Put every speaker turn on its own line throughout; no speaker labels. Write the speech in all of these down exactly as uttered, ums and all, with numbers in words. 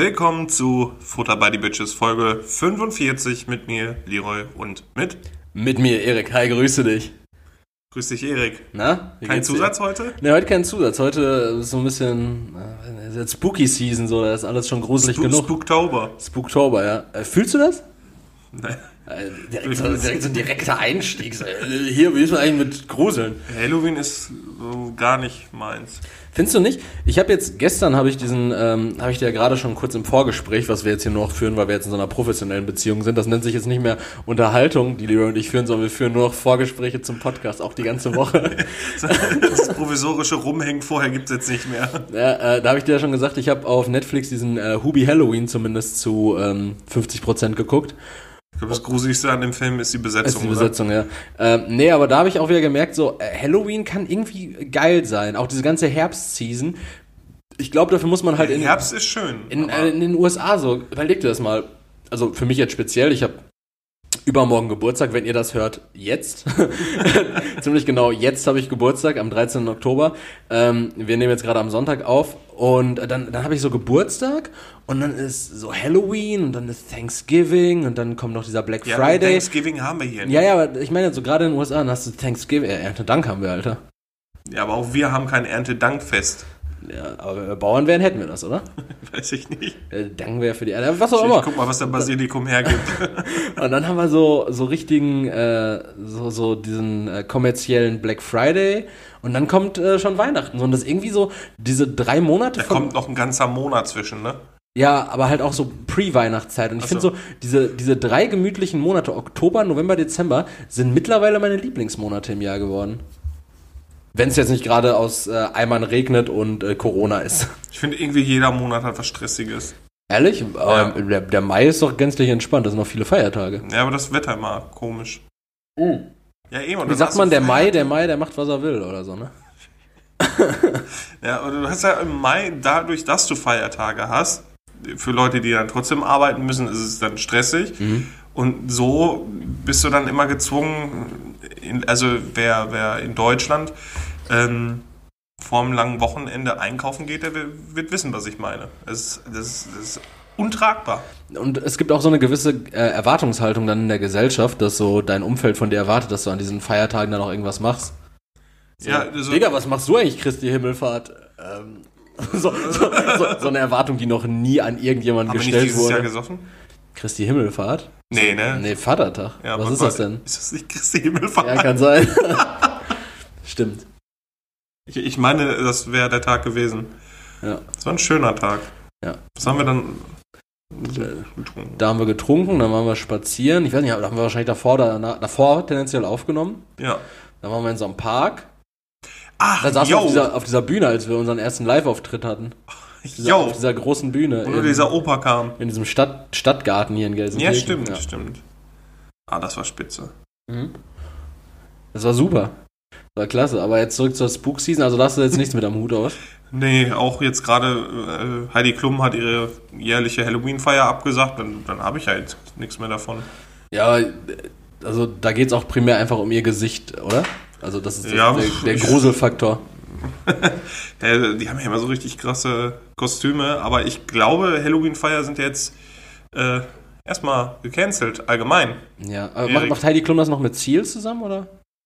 Willkommen zu Futter by the Bitches Folge fünfundvierzig mit mir, Leroy, und mit...
Mit mir, Erik. Hi, grüße dich.
Grüß dich, Erik.
Na?
Kein Zusatz dir? Heute?
Ne, heute kein Zusatz. Heute ist so ein bisschen äh, Spooky Season, so, da ist alles schon gruselig
Spook-
genug.
Spooktober.
Spooktober, ja. Äh, fühlst du das?
Nein.
Äh, direkt, so, direkt so ein direkter Einstieg. So, äh, hier, wie ist man eigentlich mit Gruseln?
Halloween ist äh, gar nicht meins.
Findest du nicht? Ich habe jetzt, gestern habe ich diesen, ähm, habe ich dir ja gerade schon kurz im Vorgespräch, was wir jetzt hier noch führen, weil wir jetzt in so einer professionellen Beziehung sind, das nennt sich jetzt nicht mehr Unterhaltung, die Leroy und ich führen, sondern wir führen nur noch Vorgespräche zum Podcast, auch die ganze Woche.
Das provisorische Rumhängen vorher gibt's jetzt nicht mehr.
Ja, äh, da habe ich dir ja schon gesagt, ich habe auf Netflix diesen äh, Hubie Halloween zumindest zu ähm, fünfzig Prozent geguckt.
Ich glaube, das Gruseligste an dem Film ist die Besetzung,
ist die
oder?
Besetzung, ja. Ähm, nee, aber da habe ich auch wieder gemerkt, so äh, Halloween kann irgendwie geil sein. Auch diese ganze Herbstseason. Ich glaube, dafür muss man halt
Der
in...
Herbst ist schön.
In, äh, in den U S A so, überleg dir das mal. Also für mich jetzt speziell, ich habe übermorgen Geburtstag, wenn ihr das hört, jetzt. Ziemlich genau, jetzt habe ich Geburtstag, am dreizehnten Oktober. Ähm, wir nehmen jetzt gerade am Sonntag auf und dann, dann habe ich so Geburtstag und dann ist so Halloween und dann ist Thanksgiving und dann kommt noch dieser Black
ja,
Friday.
Thanksgiving haben wir hier nicht.
Ja, ja, aber ich meine, so gerade in den U S A, dann hast du Thanksgiving, äh, Erntedank haben wir, Alter.
Ja, aber auch wir haben kein Erntedankfest.
Ja, aber wenn wir Bauern wären, hätten wir das, oder?
Weiß ich nicht.
Äh, danken wir für die Ernte, was auch
Ich,
immer.
ich guck mal, was der Basilikum hergibt.
Und dann haben wir so, so richtigen, äh, so, so diesen äh, kommerziellen Black Friday und dann kommt äh, schon Weihnachten. So, und das ist irgendwie so, diese drei Monate
Da
von...
kommt noch ein ganzer Monat zwischen, ne?
Ja, aber halt auch so Pre-Weihnachtszeit. Und ich
Ach
finde
so.
so, diese, diese drei gemütlichen Monate, Oktober, November, Dezember, sind mittlerweile meine Lieblingsmonate im Jahr geworden. Wenn es jetzt nicht gerade aus äh, Eimern regnet und äh, Corona ist.
Ich finde irgendwie jeder Monat hat was Stressiges.
Ehrlich?
Ja.
Ähm, der, der Mai ist doch gänzlich entspannt, das sind noch viele Feiertage.
Ja, aber das Wetter immer komisch.
Mhm.
Ja, eben. und
Wie
dann
sagt
hast
man,
du
der Mai,
Feiertage.
der Mai, der macht, was er will, oder so, ne?
Ja, aber du hast ja im Mai, dadurch, dass du Feiertage hast, für Leute, die dann trotzdem arbeiten müssen, ist es dann stressig.
Mhm.
Und so bist du dann immer gezwungen, in, also wer, wer in Deutschland ähm, vor einem langen Wochenende einkaufen geht, der wird wissen, was ich meine. Das, das, das ist untragbar.
Und es gibt auch so eine gewisse äh, Erwartungshaltung dann in der Gesellschaft, dass so dein Umfeld von dir erwartet, dass du an diesen Feiertagen dann auch irgendwas machst. So,
Ja, also,
Digga, was machst du eigentlich, Christi Himmelfahrt? Ähm, so, so, so, so eine Erwartung, die noch nie an irgendjemanden
haben wir nicht
gestellt
dieses
wurde.
Jahr gesoffen?
Christi Himmelfahrt?
Nee, ne?
Nee, Vatertag.
Ja,
was
aber
ist das denn?
Ist das nicht Christi Himmelfahrt?
Ja, kann sein. Stimmt.
Ich, ich meine, das wäre der Tag gewesen.
Ja.
Das war ein schöner Tag.
Ja.
Was haben wir dann
Äh,
getrunken?
Da haben wir getrunken, dann waren wir spazieren. Ich weiß nicht, da haben wir wahrscheinlich davor, danach, davor tendenziell aufgenommen.
Ja.
Dann waren wir in so einem Park.
Ach,
Da saßen wir
yo,
auf dieser, auf dieser Bühne, als wir unseren ersten Live-Auftritt hatten. Dieser,
yo,
auf dieser großen Bühne.
wo nur
in,
dieser Opa kam.
in diesem Stadt, Stadtgarten hier in Gelsenkirchen.
Ja, stimmt,
Ja.
stimmt. Ah, das war spitze.
Mhm. Das war super. Das war klasse. Aber jetzt zurück zur Spook-Season. Also da hast du jetzt nichts mit am Hut, oder?
Nee, auch jetzt gerade äh, Heidi Klum hat ihre jährliche Halloween-Feier abgesagt, dann, dann habe ich halt nichts mehr davon.
Ja, also da geht es auch primär einfach um ihr Gesicht, oder? Also das ist das,
Ja,
der, der
ich-
Gruselfaktor.
Ja, die haben ja immer so richtig krasse Kostüme, aber ich glaube, Halloween-Feier sind jetzt äh, erstmal gecancelt, allgemein.
Ja, aber
Erik.
macht, macht Heidi Klum das noch mit Ziel zusammen, oder?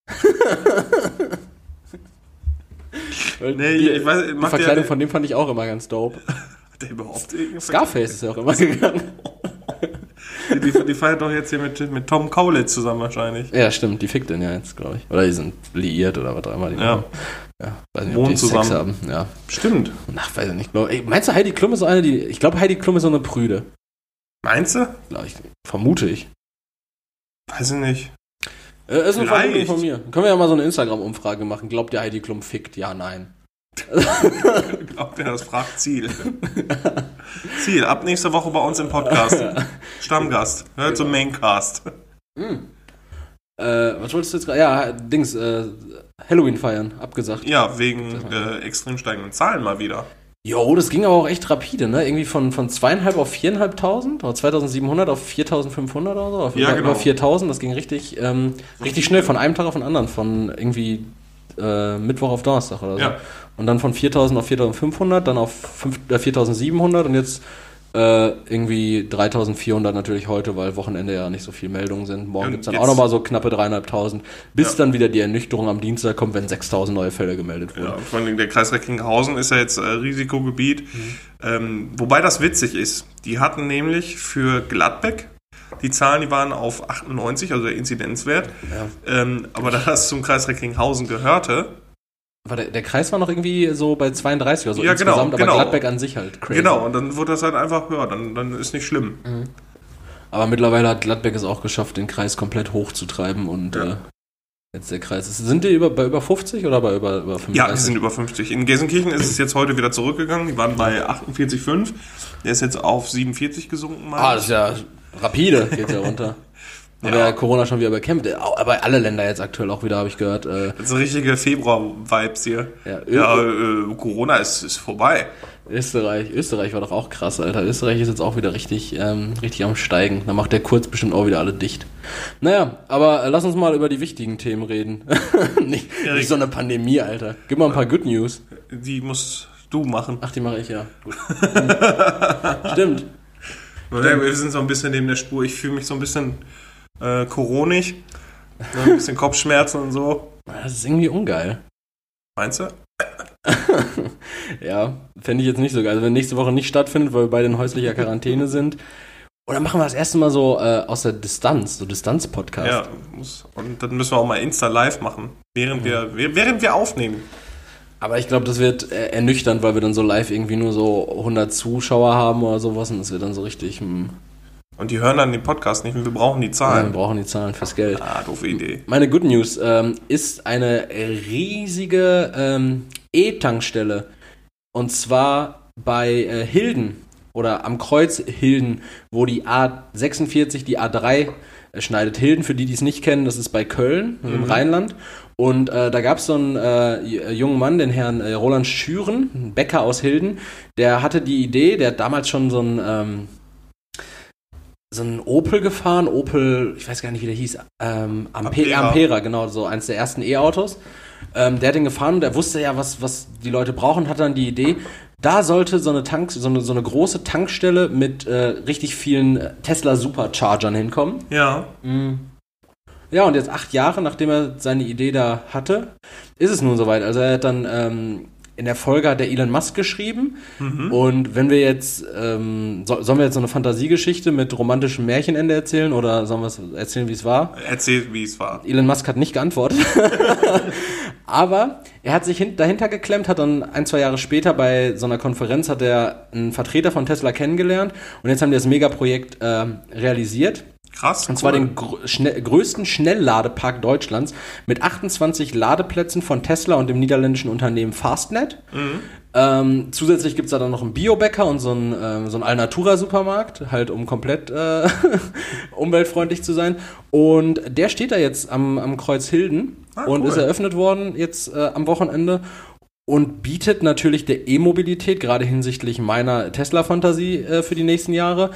Nee,
die,
ich weiß,
die
macht
Verkleidung
der,
von dem fand ich auch immer ganz dope.
Hat der überhaupt irgendeine
Scarface ist ja auch immer gegangen.
Die, die, die feiert doch jetzt hier mit, mit Tom Kaulitz zusammen wahrscheinlich.
Ja, stimmt, die fickt den ja jetzt, glaube ich. Oder die sind liiert oder was auch immer die
Ja.
machen. Ja, weiß nicht, ob
Wohnen
die Sex
zusammen.
haben. Ja.
Stimmt.
Ach, weiß ich nicht. Glaub, ey, meinst du, Heidi Klum ist so eine, die. Ich glaube, Heidi Klum ist so eine Prüde.
Meinst du?
Glaub ich, vermute ich.
Weiß ich nicht.
Äh, ist eine
Vielleicht.
Vermutung von mir. Können wir ja mal so eine Instagram-Umfrage machen. Glaubt ihr, Heidi Klum fickt? Ja, nein.
Glaubt ihr, das fragt Ziel. Ziel, ab nächste Woche bei uns im Podcast. Stammgast. Hört zum Maincast.
Hm. Äh, was wolltest du jetzt gerade? Ja, Dings, äh, Halloween feiern, abgesagt.
Ja, wegen äh, extrem steigenden Zahlen mal wieder.
Jo, das ging aber auch echt rapide, ne? Irgendwie von, von zweieinhalb auf viereinhalbtausend oder zweitausendsiebenhundert auf viertausendfünfhundert oder so. Auf
Ja,
über,
genau.
über viertausend, das ging richtig, ähm, richtig schnell, von einem Tag auf den anderen, von irgendwie äh, Mittwoch auf Donnerstag oder so.
Ja.
Und dann von viertausend auf viertausendfünfhundert, dann auf fünf, äh, viertausendsiebenhundert und jetzt Äh, irgendwie dreitausendvierhundert natürlich heute, weil Wochenende ja nicht so viel Meldungen sind. Morgen
Und
gibt's dann
jetzt-
auch nochmal so knappe dreieinhalbtausend, bis
Ja.
dann wieder die Ernüchterung am Dienstag kommt, wenn sechstausend neue Fälle gemeldet wurden.
Ja, vor allem der Kreis Recklinghausen ist ja jetzt äh, Risikogebiet.
Mhm.
Ähm, wobei das witzig ist. Die hatten nämlich für Gladbeck, die Zahlen, die waren auf achtundneunzig, also der Inzidenzwert.
Ja.
Ähm, aber da das zum Kreis Recklinghausen gehörte,
War der, der Kreis war noch irgendwie so bei zweiunddreißig oder so
Ja, genau,
insgesamt, aber
genau.
Gladbeck an sich halt crazy.
genau, und dann wurde das halt einfach, ja, dann, dann ist nicht schlimm.
Aber mittlerweile hat Gladbeck es auch geschafft, den Kreis komplett hochzutreiben und
Ja.
äh, jetzt der Kreis ist. Sind die über, bei über fünfzig oder bei über, über fünfunddreißig?
Ja, die sind über fünfzig. In Gelsenkirchen ist es jetzt heute wieder zurückgegangen. Die waren bei achtundvierzig Komma fünf. Der ist jetzt auf siebenundvierzig gesunken. meine
Ah,
ich.
das ist ja rapide, geht ja runter. Aber
Ja.
ja. Corona schon wieder bekämpft. Aber alle Länder jetzt aktuell auch wieder, habe ich gehört. Äh,
Das sind richtige Februar-Vibes hier.
Ja,
Ja, äh, Corona ist, ist vorbei.
Österreich, Österreich war doch auch krass, Alter. Österreich ist jetzt auch wieder richtig, ähm, richtig am Steigen. Da macht der Kurz bestimmt auch wieder alle dicht. Naja, aber äh, lass uns mal über die wichtigen Themen reden. nicht,
Erik.
nicht so eine Pandemie, Alter. Gib mal ein paar Good News.
Die musst du machen.
Ach, die mache ich ja. Gut. Stimmt.
Ja, wir sind so ein bisschen neben der Spur. Ich fühle mich so ein bisschen äh, coronig. So ein bisschen Kopfschmerzen und so.
Das ist irgendwie ungeil.
Meinst du?
Ja, fände ich jetzt nicht so geil. Also wenn nächste Woche nicht stattfindet, weil wir beide in häuslicher Quarantäne sind. Oder machen wir das erste Mal so äh, aus der Distanz, so Distanz-Podcast.
Ja, muss. Und dann müssen wir auch mal Insta live machen, während wir, während wir aufnehmen.
Aber ich glaube, das wird äh, ernüchternd, weil wir dann so live irgendwie nur so hundert Zuschauer haben oder sowas und das wird dann so richtig, hm,
Und die hören dann den Podcast nicht und wir brauchen die
ja, wir
Zahlen.
brauchen die Zahlen fürs Geld.
Ah, doofe Idee.
Meine Good News ähm, ist eine riesige ähm, E-Tankstelle. Und zwar bei äh, Hilden oder am Kreuz Hilden, wo die A sechsundvierzig die A drei äh, schneidet. Hilden, für die, die es nicht kennen, das ist bei Köln, also im Rheinland. Und äh, da gab es so einen äh, jungen Mann, den Herrn äh, Roland Schüren, ein Bäcker aus Hilden, der hatte die Idee, der hat damals schon so ein... Ähm, so ein Opel gefahren, Opel, ich weiß gar nicht, wie der hieß, ähm, Ampe-
Ampera.
Ampera, genau, so eins der ersten E-Autos. Ähm, der hat den gefahren und der wusste ja, was, was die Leute brauchen, hat dann die Idee, da sollte so eine Tank, so eine, so eine große Tankstelle mit äh, richtig vielen äh, Tesla Superchargern hinkommen.
Ja.
Ja, und jetzt acht Jahre, nachdem er seine Idee da hatte, ist es nun soweit. Also er hat dann ähm, in der Folge hat der Elon Musk geschrieben. Und wenn wir jetzt, ähm, so, sollen wir jetzt so eine Fantasiegeschichte mit romantischem Märchenende erzählen oder sollen wir es erzählen, wie es war?
Erzähl, wie es war.
Elon Musk hat nicht geantwortet. Aber er hat sich hin, dahinter geklemmt, hat dann ein, zwei Jahre später bei so einer Konferenz hat er einen Vertreter von Tesla kennengelernt und jetzt haben die das Megaprojekt äh, realisiert.
Krass.
Und zwar den gr- schnell, größten Schnellladepark Deutschlands mit achtundzwanzig Ladeplätzen von Tesla und dem niederländischen Unternehmen Fastnet. Ähm, zusätzlich gibt's da dann noch einen Biobäcker und so einen, ähm, so einen Alnatura-Supermarkt, halt um komplett äh, umweltfreundlich zu sein. Und der steht da jetzt am, am Kreuz Hilden
Ah,
und
cool.
ist eröffnet worden jetzt äh, am Wochenende. Und bietet natürlich der E-Mobilität, gerade hinsichtlich meiner Tesla-Fantasie äh, für die nächsten Jahre,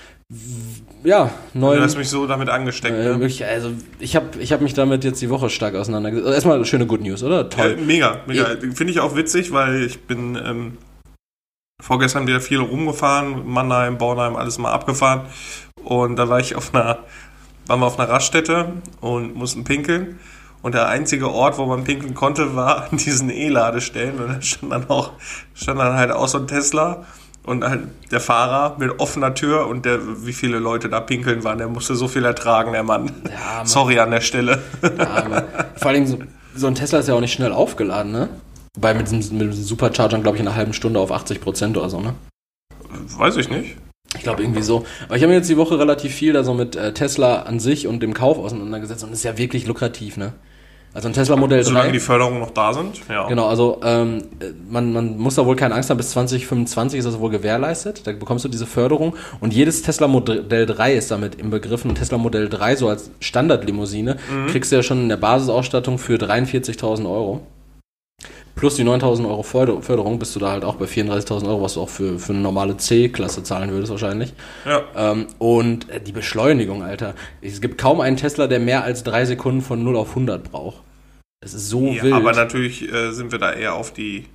ja,
Du
neuen...
hast mich so damit angesteckt.
Äh,
ne?
wirklich, also ich habe ich hab mich damit jetzt die Woche stark auseinandergesetzt. Also erstmal schöne Good News, oder? Toll.
Ja, mega, mega. Finde ich auch witzig, weil ich bin ähm, vorgestern wieder viel rumgefahren, Mannheim, Bornheim, alles mal abgefahren. Und da war ich auf einer, waren wir auf einer Raststätte und mussten pinkeln. Und der einzige Ort, wo man pinkeln konnte, war an diesen E-Ladestellen. Und da stand dann auch, stand dann halt auch so ein Tesla. Und halt der Fahrer mit offener Tür und der, wie viele Leute da pinkeln waren, der musste so viel ertragen, der Mann.
Ja, Mann.
Sorry an der Stelle.
Ja, aber vor allen Dingen, so, so ein Tesla ist ja auch nicht schnell aufgeladen, ne? Wobei mit diesem, mit diesem Superchargern, glaube ich, in einer halben Stunde auf achtzig Prozent oder so, ne?
Weiß ich nicht.
Ich glaube irgendwie so. Aber ich habe mir jetzt die Woche relativ viel da so mit äh, Tesla an sich und dem Kauf auseinandergesetzt und das ist ja wirklich lukrativ, ne? Also ein Tesla Modell drei.
Solange die Förderungen noch da sind, ja.
Genau, also ähm, man, man muss da wohl keine Angst haben, bis zwanzig fünfundzwanzig ist das wohl gewährleistet, da bekommst du diese Förderung und jedes Tesla Modell drei ist damit im Begriff und Tesla Modell drei so als Standardlimousine kriegst du ja schon in der Basisausstattung für dreiundvierzigtausend Euro. Plus die neuntausend Euro Förder- Förderung bist du da halt auch bei vierunddreißigtausend Euro, was du auch für, für eine normale C-Klasse zahlen würdest wahrscheinlich.
Ja.
Ähm, und äh, die Beschleunigung, Alter. Es gibt kaum einen Tesla, der mehr als drei Sekunden von null auf hundert braucht. Das ist so
Ja,
wild.
aber natürlich äh, sind wir da eher auf die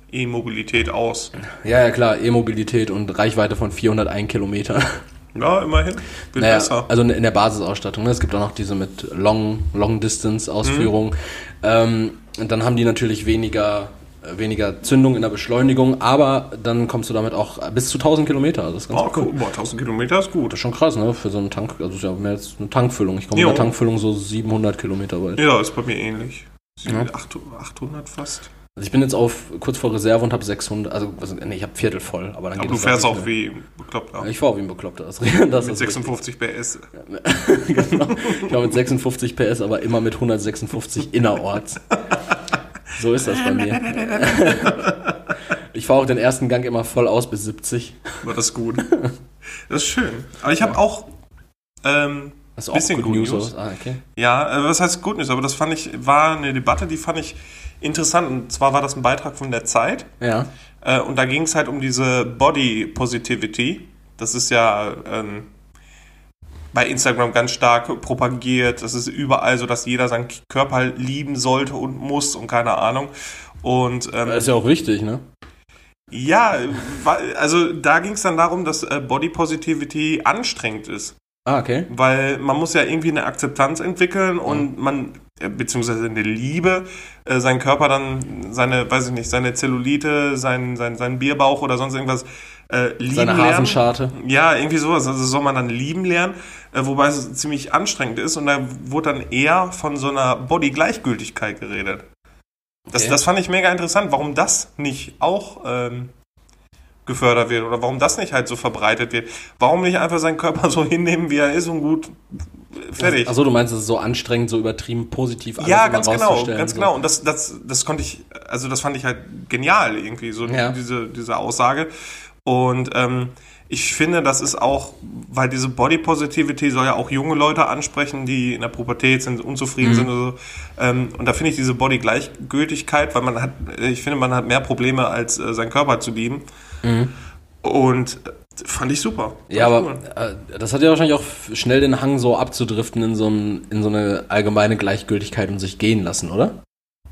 E-Mobilität aus.
Ja, ja, klar, E-Mobilität und Reichweite von vierhundertein Kilometer.
Ja, immerhin. Bin
naja,
besser.
also in der Basisausstattung. Ne? Es gibt auch noch diese mit Long, Long Distance Ausführung. Mhm. Ähm, und dann haben die natürlich weniger, weniger Zündung in der Beschleunigung, aber dann kommst du damit auch bis zu tausend Kilometer. Also das ist ganz
oh, cool. Boah, tausend Kilometer ist gut.
Das ist schon krass, ne? Für so einen Tank, also ist ja mehr als eine Tankfüllung. Ich komme mit der Tankfüllung so siebenhundert Kilometer weit.
Ja, ist bei mir ähnlich.
Ja.
achthundert fast.
Also ich bin jetzt auf kurz vor Reserve und habe sechshundert, also, also nee, ich habe Viertel voll. Aber, dann
aber
geht
du fährst auch
mehr.
Wie ein Bekloppter.
Ich fahre auch wie ein Bekloppter. Das, das
mit sechsundfünfzig P S.
Genau. Ich fahre mit sechsundfünfzig P S, aber immer mit hundertsechsundfünfzig innerorts. So ist das bei mir. Ich fahre auch den ersten Gang immer voll aus bis siebzig.
Aber das ist gut. Das ist schön. Aber ich habe
ja.
auch ähm,
das ist auch
bisschen
Good News.
News.
Ah, okay.
Ja, was heißt Good News? Aber das fand ich, war eine Debatte, die fand ich interessant. Und zwar war das ein Beitrag von der Zeit.
Ja.
Äh, und da ging es halt um diese Body Positivity. Das ist ja ähm, bei Instagram ganz stark propagiert. Das ist überall so, dass jeder seinen Körper lieben sollte und muss und keine Ahnung. Und ähm,
das ist ja auch wichtig, ne?
Ja, also da ging es dann darum, dass Body Positivity anstrengend ist.
Ah, okay.
Weil man muss ja irgendwie eine Akzeptanz entwickeln und
mhm.
man, beziehungsweise eine Liebe, äh, seinen Körper dann, seine, weiß ich nicht, seine Zellulite, sein, sein, sein Bierbauch oder sonst irgendwas äh, lieben
seine
lernen.
Hasenscharte.
Ja, irgendwie sowas. Also soll man dann lieben lernen, äh, wobei es ziemlich anstrengend ist und da wurde dann eher von so einer Body-Gleichgültigkeit geredet. Das,
okay.
das fand ich mega interessant, warum das nicht auch ähm, gefördert wird oder warum das nicht halt so verbreitet wird. Warum nicht einfach seinen Körper so hinnehmen, wie er ist und gut fertig.
Achso, du meinst, es ist so anstrengend, so übertrieben positiv alles
ja,
immer
ganz genau,
rauszustellen.
ganz
so.
genau. Und das, das, das konnte ich, also das fand ich halt genial irgendwie, so
ja.
diese, diese Aussage. Und ähm, ich finde, das ist auch, weil diese Body Positivity soll ja auch junge Leute ansprechen, die in der Pubertät sind, unzufrieden mhm. sind oder so. Ähm, und da finde ich diese Body-Gleichgültigkeit, weil man hat, ich finde, man hat mehr Probleme, als äh, seinen Körper zu lieben.
Mhm.
Und äh, fand ich super. Fand
ja, aber
cool.
äh, das hat ja wahrscheinlich auch schnell den Hang, so abzudriften in so, ein, in so eine allgemeine Gleichgültigkeit und sich gehen lassen, oder?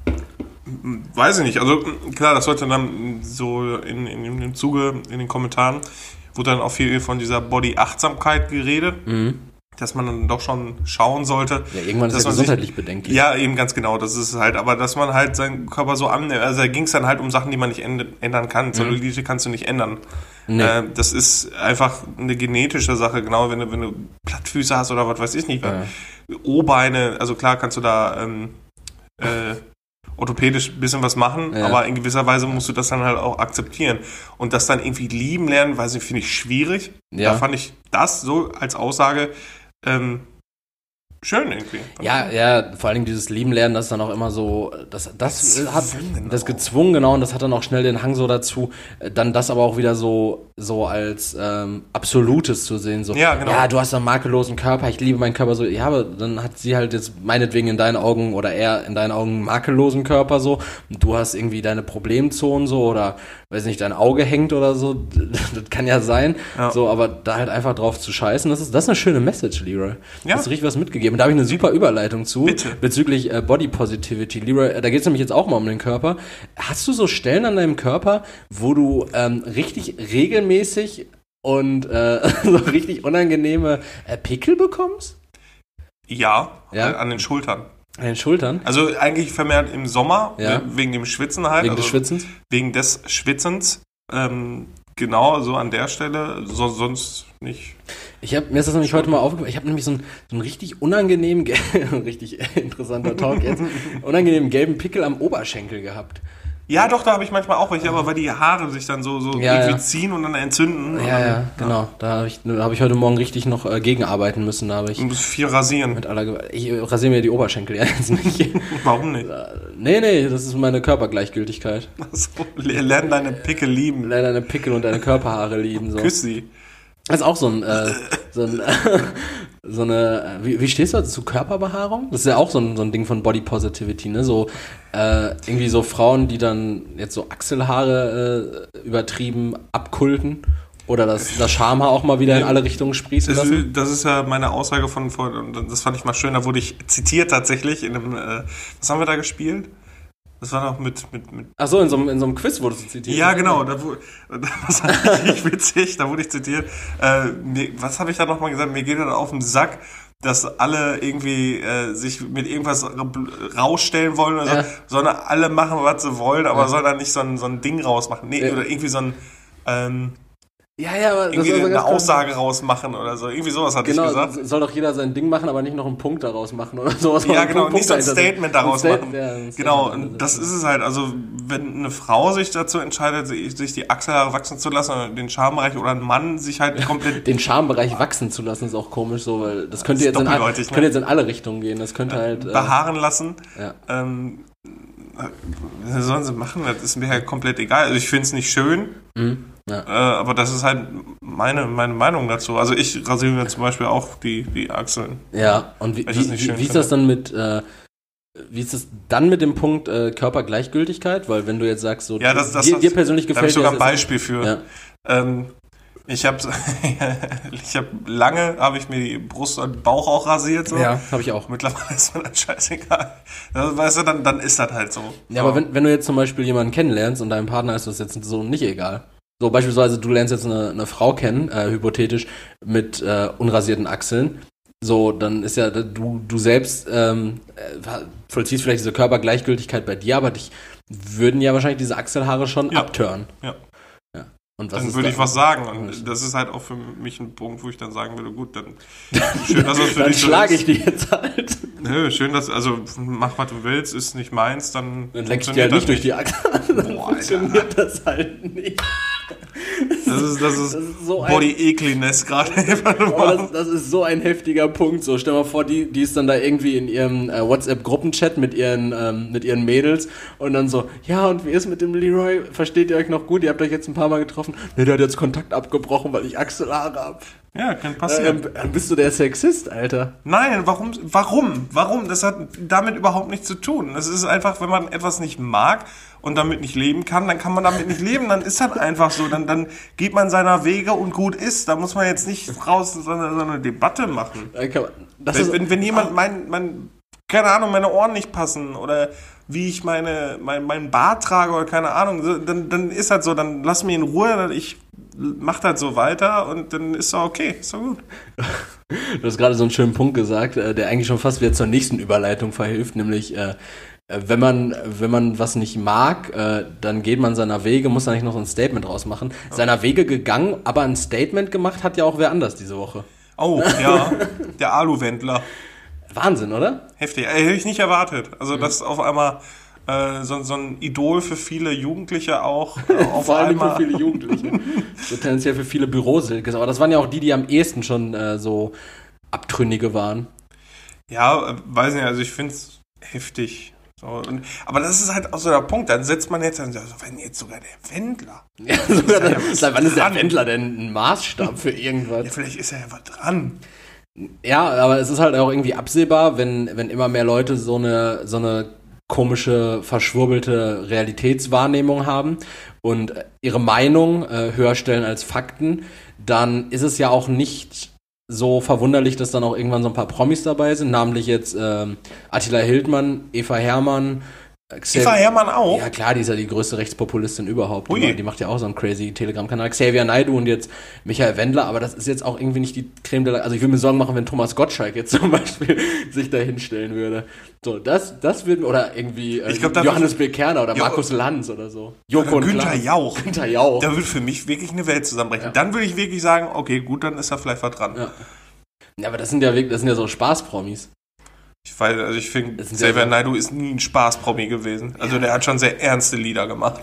Weiß ich nicht. Also klar, das sollte dann so in, in, in dem Zuge, in den Kommentaren, wurde dann auch viel von dieser Body-Achtsamkeit geredet,
mhm.
dass man dann doch schon schauen sollte.
Ja, irgendwann ist ja gesundheitlich sich, bedenklich.
Ja, eben ganz genau, das ist halt, aber dass man halt seinen Körper so annimmt, also da ging es dann halt um Sachen, die man nicht ändern kann. Zellulite mhm. kannst du nicht ändern. Nee. Äh, das ist einfach eine genetische Sache, genau, wenn du, wenn du Plattfüße hast oder was weiß ich nicht. Ja. O-Beine, also klar kannst du da ähm, äh, orthopädisch ein bisschen was machen, ja. aber in gewisser Weise musst du das dann halt auch akzeptieren. Und das dann irgendwie lieben lernen, weiß ich, finde ich schwierig. Ja. Da fand ich das so als Aussage ähm, schön irgendwie.
Ja, ja, vor allem dieses Lieben lernen, das ist dann auch immer so, das, das hat das gezwungen, genau, und das hat dann auch schnell den Hang so dazu, dann das aber auch wieder so, so als ähm, Absolutes zu sehen, so,
ja, genau.
ja, du hast einen makellosen Körper, ich liebe meinen Körper so, ja, aber dann hat sie halt jetzt meinetwegen in deinen Augen oder er in deinen Augen einen makellosen Körper so, und du hast irgendwie deine Problemzonen so, oder, weiß nicht, dein Auge hängt oder so, das kann ja sein, ja. so, aber da halt einfach drauf zu scheißen, das ist, das ist eine schöne Message, Leroy. Ja. Hast du richtig was mitgegeben. Und da habe ich eine super Überleitung zu,
Bitte.
bezüglich äh, Body Positivity. Leroy, da geht es nämlich jetzt auch mal um den Körper. Hast du so Stellen an deinem Körper, wo du ähm, richtig regelmäßig und äh, so richtig unangenehme äh, Pickel bekommst?
Ja,
ja,
an den Schultern.
An den Schultern?
Also eigentlich vermehrt im Sommer,
ja.
wegen dem Schwitzen halt.
Wegen
also
des Schwitzens?
Wegen des Schwitzens. Ähm, genau, so an der Stelle, so, sonst nicht.
Ich hab, mir ist das nämlich heute mal aufgefallen, ich habe nämlich so einen, so einen richtig unangenehmen, richtig interessanter Talk jetzt, unangenehmen gelben Pickel am Oberschenkel gehabt.
Ja, doch, da habe ich manchmal auch welche, aber weil die Haare sich dann so, so
ja,
irgendwie
ja.
ziehen und dann entzünden.
Ja,
dann,
ja, genau. Da habe ich, hab ich heute Morgen richtig noch äh, gegenarbeiten müssen. Da habe ich.
Du musst viel rasieren.
Mit aller Gewalt. Ich äh, rasiere mir die Oberschenkel ja jetzt nicht.
Warum nicht?
Nee, nee, das ist meine Körpergleichgültigkeit.
Achso, lern deine Pickel lieben.
Lern deine Pickel und deine Körperhaare lieben. So.
Küss sie.
Das ist auch so ein, äh, so ein, so eine, wie, wie stehst du zu Körperbehaarung? Das ist ja auch so ein, so ein Ding von Body Positivity, ne? So, äh, irgendwie so Frauen, die dann jetzt so Achselhaare äh, übertrieben abkulten oder das, das Schamhaar auch mal wieder in alle Richtungen sprießen lassen.
Das ist ja meine Aussage von vor, das fand ich mal schön, da wurde ich zitiert tatsächlich in einem, äh, was haben wir da gespielt? Das war doch mit... mit, mit
Ach so, in so, einem, in so einem Quiz wurdest du zitiert.
Ja, genau. Da, wo, das war richtig witzig. Da wurde ich zitiert. Äh, mir, was habe ich da nochmal gesagt? Mir geht das auf den Sack, dass alle irgendwie äh, sich mit irgendwas rausstellen wollen oder so.
Ja.
Sondern alle machen, was sie wollen, aber
Ja.
sollen da nicht so ein, so ein Ding rausmachen. Nee,
Ja.
oder irgendwie so ein... Ähm,
Ja, ja, aber
irgendwie
war so
eine
ganz
Aussage rausmachen oder so. Irgendwie sowas hatte
genau,
ich gesagt.
soll doch jeder sein Ding machen, aber nicht noch einen Punkt daraus machen oder sowas.
Ja,
Einen
genau,
Punkt
nicht so ein
dahinter-
Statement daraus
ein Stat-
machen.
ja, ein
Genau,
Statement
und das
dahinter.
ist es halt. Also, wenn eine Frau sich dazu entscheidet, sich sich die Achselhaare wachsen zu lassen, oder den Schambereich, oder ein Mann sich halt komplett
Den Schambereich wachsen zu lassen ist auch komisch so, weil das könnte,
Das ist
jetzt in, all-
doppeldeutig, ne?
könnte jetzt in alle Richtungen gehen. Das könnte halt... Äh,
behaaren lassen,
ja.
ähm, was sollen sie machen? Das ist mir halt komplett egal. Also, ich finde es nicht schön,
Mhm. Ja.
äh, aber das ist halt meine, meine Meinung dazu. Also, ich rasiere mir zum Beispiel auch die, die Achseln.
Ja, und wie,
Weil ich das
wie,
nicht
wie,
schön
wie ist
finde.
das dann mit, äh, wie ist das dann mit dem Punkt äh, Körpergleichgültigkeit? Weil wenn du jetzt sagst, so,
Ja, das, das,
dir,
das,
dir persönlich
da habe
gefällt
ich sogar ein
dir das-
Beispiel für.
Ja.
Ähm, ich habe ich hab lange habe ich mir die Brust und Bauch auch rasiert. So.
Ja, habe ich auch.
Mittlerweile ist mir das scheißegal. Das, weißt du, dann, dann ist das halt so.
Ja, aber wenn, wenn du jetzt zum Beispiel jemanden kennenlernst und deinem Partner ist das jetzt so nicht egal. So beispielsweise, du lernst jetzt eine, eine Frau kennen, äh, hypothetisch, mit äh, unrasierten Achseln. So, dann ist ja, du, du selbst ähm, äh, vollziehst vielleicht diese Körpergleichgültigkeit bei dir, aber dich würden ja wahrscheinlich diese Achselhaare schon
Ja.
abtören.
Ja.
Ja. Und was
Dann
ist
würde
da-
ich was sagen. Und
Was?
das ist halt auch für mich ein Punkt, wo ich dann sagen würde, gut, dann schön, dass das für
Dann
dich so
schlage
ist.
ich die jetzt halt.
Nö, schön, dass, also mach, was du willst, ist nicht meins, dann
Dann leck ich dir halt nicht durch die Achseln. Dann
Boah,
funktioniert das halt nicht.
Das ist, das ist,
Das ist so ein-
Body Ekeliness gerade.
Aber das, das ist so ein heftiger Punkt. So, stell mal vor, die, die ist dann da irgendwie in ihrem äh, WhatsApp-Gruppenchat mit ihren, ähm, mit ihren Mädels und dann so, ja, und wie ist mit dem Leroy? Versteht ihr euch noch gut? Ihr habt euch jetzt ein paar Mal getroffen. Ne, der hat jetzt Kontakt abgebrochen, weil ich Achselhaare hab.
Ja, kann
Äh,
passieren.
dann, dann bist du der Sexist, Alter.
Nein, warum, warum, warum? Das hat damit überhaupt nichts zu tun. Es ist einfach, wenn man etwas nicht mag und damit nicht leben kann, dann kann man damit nicht leben, dann ist das einfach so. Dann, dann geht man seiner Wege und gut ist. Da muss man jetzt nicht raus so eine, so eine Debatte machen.
Dann kann man- Das
Wenn,
ist,
wenn, wenn jemand mein, mein, keine Ahnung, meine Ohren nicht passen oder wie ich meine, mein, meinen Bart trage oder keine Ahnung, so, dann, dann ist das so, dann lass mich in Ruhe, ich mach das so weiter und dann ist doch okay, ist doch gut.
Du hast gerade so einen schönen Punkt gesagt, äh, der eigentlich schon fast wieder zur nächsten Überleitung verhilft, nämlich äh, äh, wenn man wenn man was nicht mag, äh, dann geht man seiner Wege, muss da nicht noch so ein Statement draus machen. Seiner Wege gegangen, aber ein Statement gemacht hat ja auch wer anders diese Woche.
Oh, ja, der Alu-Wendler.
Wahnsinn, oder?
Heftig, äh, hätte ich nicht erwartet. Also,
Mhm.
dass auf einmal äh, so, so ein Idol für viele Jugendliche auch äh, auf
Vor allem
einmal...
für viele Jugendliche. So tendenziell für viele Bürosilkes. Aber das waren ja auch die, die am ehesten schon äh, so Abtrünnige waren.
Ja, äh, weiß nicht, also ich finde es heftig. So, und, aber das ist halt auch so der Punkt, dann setzt man jetzt, also wenn jetzt sogar der Wendler,
Ja, sogar der,
was
seit wann ist der
dran.
Wendler denn ein Maßstab für irgendwas?
ja, vielleicht ist ja was dran.
Ja, aber es ist halt auch irgendwie absehbar, wenn, wenn immer mehr Leute so eine, so eine komische, verschwurbelte Realitätswahrnehmung haben und ihre Meinung äh, höher stellen als Fakten, dann ist es ja auch nicht so verwunderlich, dass dann auch irgendwann so ein paar Promis dabei sind, namentlich jetzt ähm, Attila Hildmann, Eva Herrmann, äh, Xav-
Eva Hermann auch?
Ja klar, die ist ja die größte Rechtspopulistin überhaupt.
Ui.
Die, die macht ja auch so einen crazy Telegram-Kanal. Xavier Naidoo und jetzt Michael Wendler, aber das ist jetzt auch irgendwie nicht die Creme de la... Also ich würde mir Sorgen machen, wenn Thomas Gottschalk jetzt zum Beispiel sich da hinstellen würde. So, das, das würde... Oder irgendwie äh,
Ich glaub, da
Johannes
wird-
B. Kerner oder
Jo-
Markus Lanz oder so. Joko und
Günther
Klaas.
Jauch.
Günther Jauch.
Da würde für mich wirklich eine Welt zusammenbrechen.
Ja.
Dann würde ich wirklich sagen, okay, gut, dann ist da vielleicht was dran.
Ja. Ja, aber das sind ja wirklich, das sind ja so Spaßpromis.
Ich, weiß, also ich finde,
Das sind
Xavier
ja-
Naidoo ist nie ein Spaßpromi gewesen. Also der hat schon sehr ernste Lieder gemacht.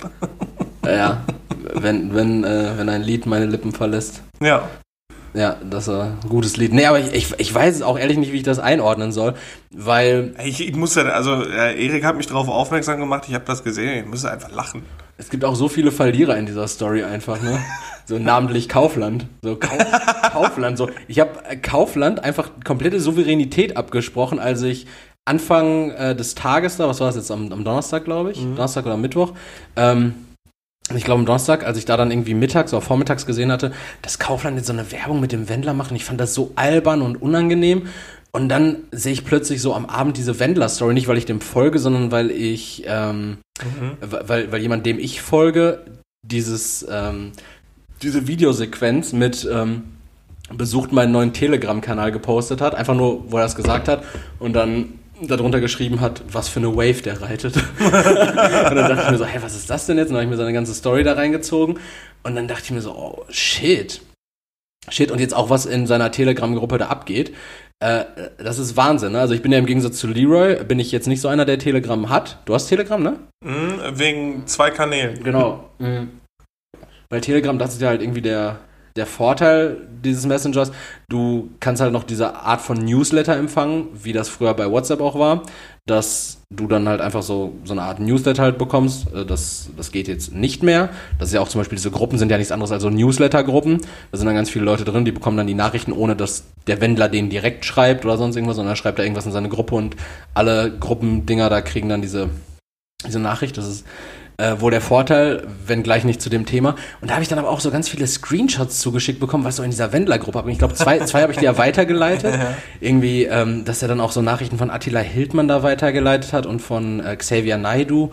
Ja, wenn, wenn, äh, wenn ein Lied meine Lippen verlässt.
Ja.
Ja, das ist ein gutes Lied. Nee, aber ich, ich, ich weiß es auch ehrlich nicht, wie ich das einordnen soll, weil
Ich, ich muss ja, also äh, Erik hat mich darauf aufmerksam gemacht, ich habe das gesehen, ich muss einfach lachen.
es gibt auch so viele Verlierer in dieser Story einfach, ne? So namentlich Kaufland. So Kau Kaufland. So. Ich habe Kaufland einfach komplette Souveränität abgesprochen, als ich Anfang äh, des Tages da, was war das jetzt, am, am Donnerstag, glaube ich,
Mhm.
Donnerstag oder Mittwoch, ähm, ich glaube am Donnerstag, als ich da dann irgendwie mittags oder vormittags gesehen hatte, dass Kaufland jetzt so eine Werbung mit dem Wendler macht und ich fand das so albern und unangenehm Und dann sehe ich plötzlich so am Abend diese Wendler-Story, nicht weil ich dem folge, sondern weil ich, ähm, mhm. weil, weil jemand, dem ich folge, dieses, ähm, diese Videosequenz mit ähm, besucht meinen neuen Telegram-Kanal gepostet hat, einfach nur, wo er das gesagt hat und dann darunter geschrieben hat, was für eine Wave der reitet. Und dann dachte ich mir so, hey, was ist das denn jetzt? Und dann habe ich mir seine ganze Story da reingezogen und dann dachte ich mir so, oh, shit. Shit, und jetzt auch, was in seiner Telegram-Gruppe da abgeht. Äh, das ist Wahnsinn, ne? Also ich bin ja im Gegensatz zu Leroy, bin ich jetzt nicht so einer, der Telegram hat. Du hast Telegram, ne?
Mhm, wegen zwei Kanälen.
Genau. Mhm. Weil Telegram, das ist ja halt irgendwie der, der Vorteil dieses Messengers. Du kannst halt noch diese Art von Newsletter empfangen, wie das früher bei WhatsApp auch war, dass du dann halt einfach so, so eine Art Newsletter halt bekommst. Das, das geht jetzt nicht mehr. Das ist ja auch zum Beispiel, diese Gruppen sind ja nichts anderes als so Newsletter-Gruppen. Da sind dann ganz viele Leute drin, die bekommen dann die Nachrichten, ohne dass der Wendler denen direkt schreibt oder sonst irgendwas, sondern er schreibt da irgendwas in seine Gruppe und alle Gruppendinger da kriegen dann diese, diese Nachricht. Das ist Äh, wohl der Vorteil, wenn gleich nicht zu dem Thema. Und da habe ich dann aber auch so ganz viele Screenshots zugeschickt bekommen, was so in dieser Wendler-Gruppe habe. Ich glaube, zwei, zwei habe ich dir ja weitergeleitet. Irgendwie, ähm, dass er dann auch so Nachrichten von Attila Hildmann da weitergeleitet hat und von äh, Xavier Naidoo.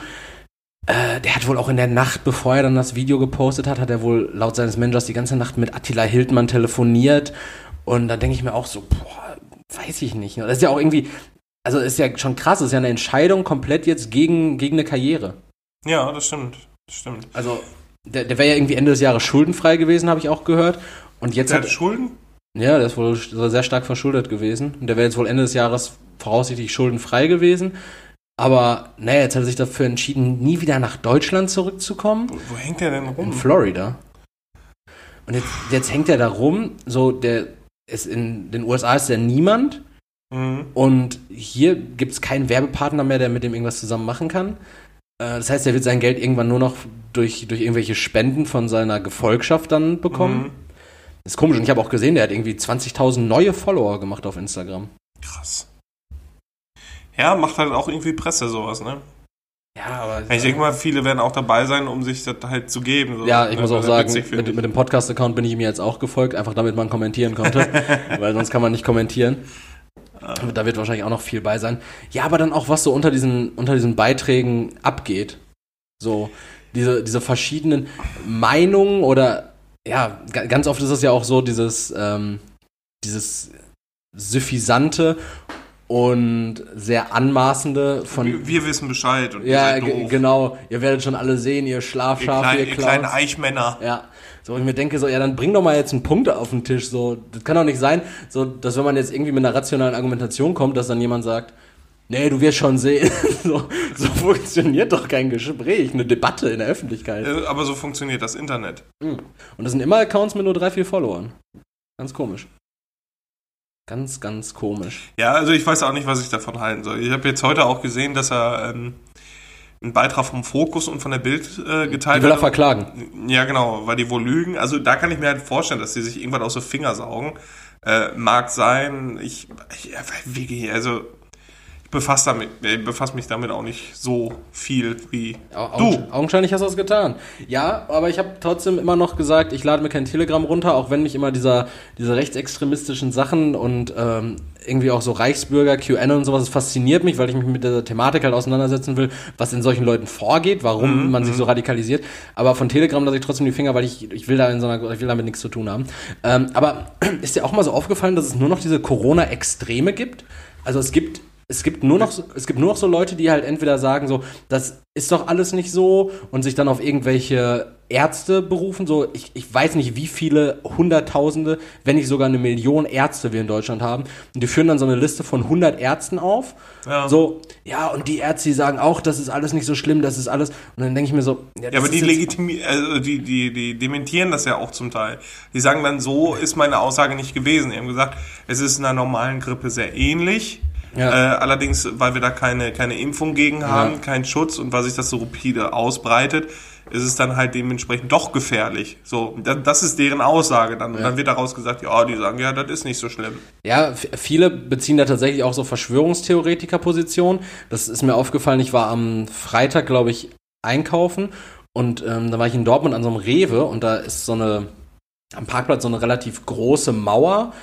Äh, der hat wohl auch in der Nacht, bevor er dann das Video gepostet hat, hat er wohl laut seines Managers die ganze Nacht mit Attila Hildmann telefoniert. Und da denke ich mir auch so, boah, weiß ich nicht. Das ist ja auch irgendwie, also ist ja schon krass, das ist ja eine Entscheidung komplett jetzt gegen, gegen eine Karriere.
Ja, das stimmt. Das stimmt.
Also, der, der wäre ja irgendwie Ende des Jahres schuldenfrei gewesen, habe ich auch gehört. Und jetzt
der
hat
hat Schulden?
Ja, der ist wohl sehr stark verschuldet gewesen. Und der wäre jetzt wohl Ende des Jahres voraussichtlich schuldenfrei gewesen. Aber, naja, jetzt hat er sich dafür entschieden, nie wieder nach Deutschland zurückzukommen.
Wo, wo hängt der denn rum?
In Florida. Und jetzt, jetzt hängt er da rum. So, der ist in den U S A ist der niemand. Mhm. Und hier gibt es keinen Werbepartner mehr, der mit dem irgendwas zusammen machen kann. Das heißt, er wird sein Geld irgendwann nur noch durch, durch irgendwelche Spenden von seiner Gefolgschaft dann bekommen. Mhm. Das ist komisch. Und ich habe auch gesehen, der hat irgendwie zwanzigtausend neue Follower gemacht auf Instagram.
Krass. Ja, macht halt auch irgendwie Presse sowas, ne?
Ja, aber...
Ich denke mal, viele werden auch dabei sein, um sich das halt zu geben. So.
Ja, ich muss auch sagen, mit, mit dem Podcast-Account bin ich ihm jetzt auch gefolgt, einfach damit man kommentieren konnte. Weil sonst kann man nicht kommentieren. Da wird wahrscheinlich auch noch viel bei sein. Ja, aber dann auch, was so unter diesen, unter diesen Beiträgen abgeht. So, diese, diese verschiedenen Meinungen oder, ja, g- ganz oft ist es ja auch so, dieses, ähm, dieses suffisante und sehr anmaßende von...
Wir, wir wissen Bescheid und
ja,
ihr seid doof.
G- genau. Ihr werdet schon alle sehen, ihr Schlafschafe,
ihr, klein,
ihr,
ihr kleinen Eichmänner.
Ja. So, und ich mir denke so, ja, dann bring doch mal jetzt einen Punkt auf den Tisch, so. Das kann doch nicht sein, so, dass wenn man jetzt irgendwie mit einer rationalen Argumentation kommt, dass dann jemand sagt, nee, du wirst schon sehen. so, so funktioniert doch kein Gespräch, eine Debatte in der Öffentlichkeit.
Aber so funktioniert das Internet.
Und das sind immer Accounts mit nur drei, vier Followern. Ganz komisch. Ganz, ganz komisch.
Ja, also ich weiß auch nicht, was ich davon halten soll. Ich habe jetzt heute auch gesehen, dass er ähm, einen Beitrag vom Fokus und von der Bild äh, geteilt hat.
Die will er verklagen.
Ja, genau, weil die wohl lügen. Also da kann ich mir halt vorstellen, dass die sich irgendwann aus so Finger saugen. Äh, mag sein. Ich, ich wie, also ich befasse damit, ich befasse mich damit auch nicht so viel wie
Au-
du.
Augenscheinlich hast du das getan. Ja, aber ich habe trotzdem immer noch gesagt, ich lade mir kein Telegram runter, auch wenn mich immer dieser, diese rechtsextremistischen Sachen und ähm, irgendwie auch so Reichsbürger, QAnon und sowas, das fasziniert mich, weil ich mich mit dieser Thematik halt auseinandersetzen will, was in solchen Leuten vorgeht, warum
Mhm,
man sich
mhm.
so radikalisiert. Aber von Telegram lasse ich trotzdem die Finger, weil ich, ich will da in so einer, ich will damit nichts zu tun haben. Ähm, aber ist dir auch mal so aufgefallen, dass es nur noch diese Corona-Extreme gibt? Also es gibt Es gibt nur noch, so- es gibt nur noch so Leute, die halt entweder sagen so, das ist doch alles nicht so und sich dann auf irgendwelche Ärzte berufen. So, ich, ich weiß nicht, wie viele Hunderttausende, wenn nicht sogar eine Million Ärzte wir in Deutschland haben. Und die führen dann so eine Liste von hundert Ärzten auf.
Ja.
So, ja, und die Ärzte, die sagen auch, das ist alles nicht so schlimm, das ist alles. Und dann denke ich mir so,
Ja,
das
aber
ist
die,
jetzt-
legitimi also die, die, die dementieren das ja auch zum Teil. Die sagen dann, so ist meine Aussage nicht gewesen. Die haben gesagt, es ist einer normalen Grippe sehr ähnlich.
Ja.
Äh, allerdings, weil wir da keine, keine Impfung gegen haben,
Ja.
keinen Schutz und weil sich das so rapide ausbreitet, ist es dann halt dementsprechend doch gefährlich. So, da- das ist deren Aussage. Dann,
Ja.
dann wird daraus gesagt, ja, die sagen, ja, das ist nicht so schlimm.
Ja, f- viele beziehen da tatsächlich auch so Verschwörungstheoretiker-Positionen. Das ist mir aufgefallen, ich war am Freitag, glaube ich, einkaufen und ähm, da war ich in Dortmund an so einem Rewe und da ist so eine, am Parkplatz so eine relativ große Mauer,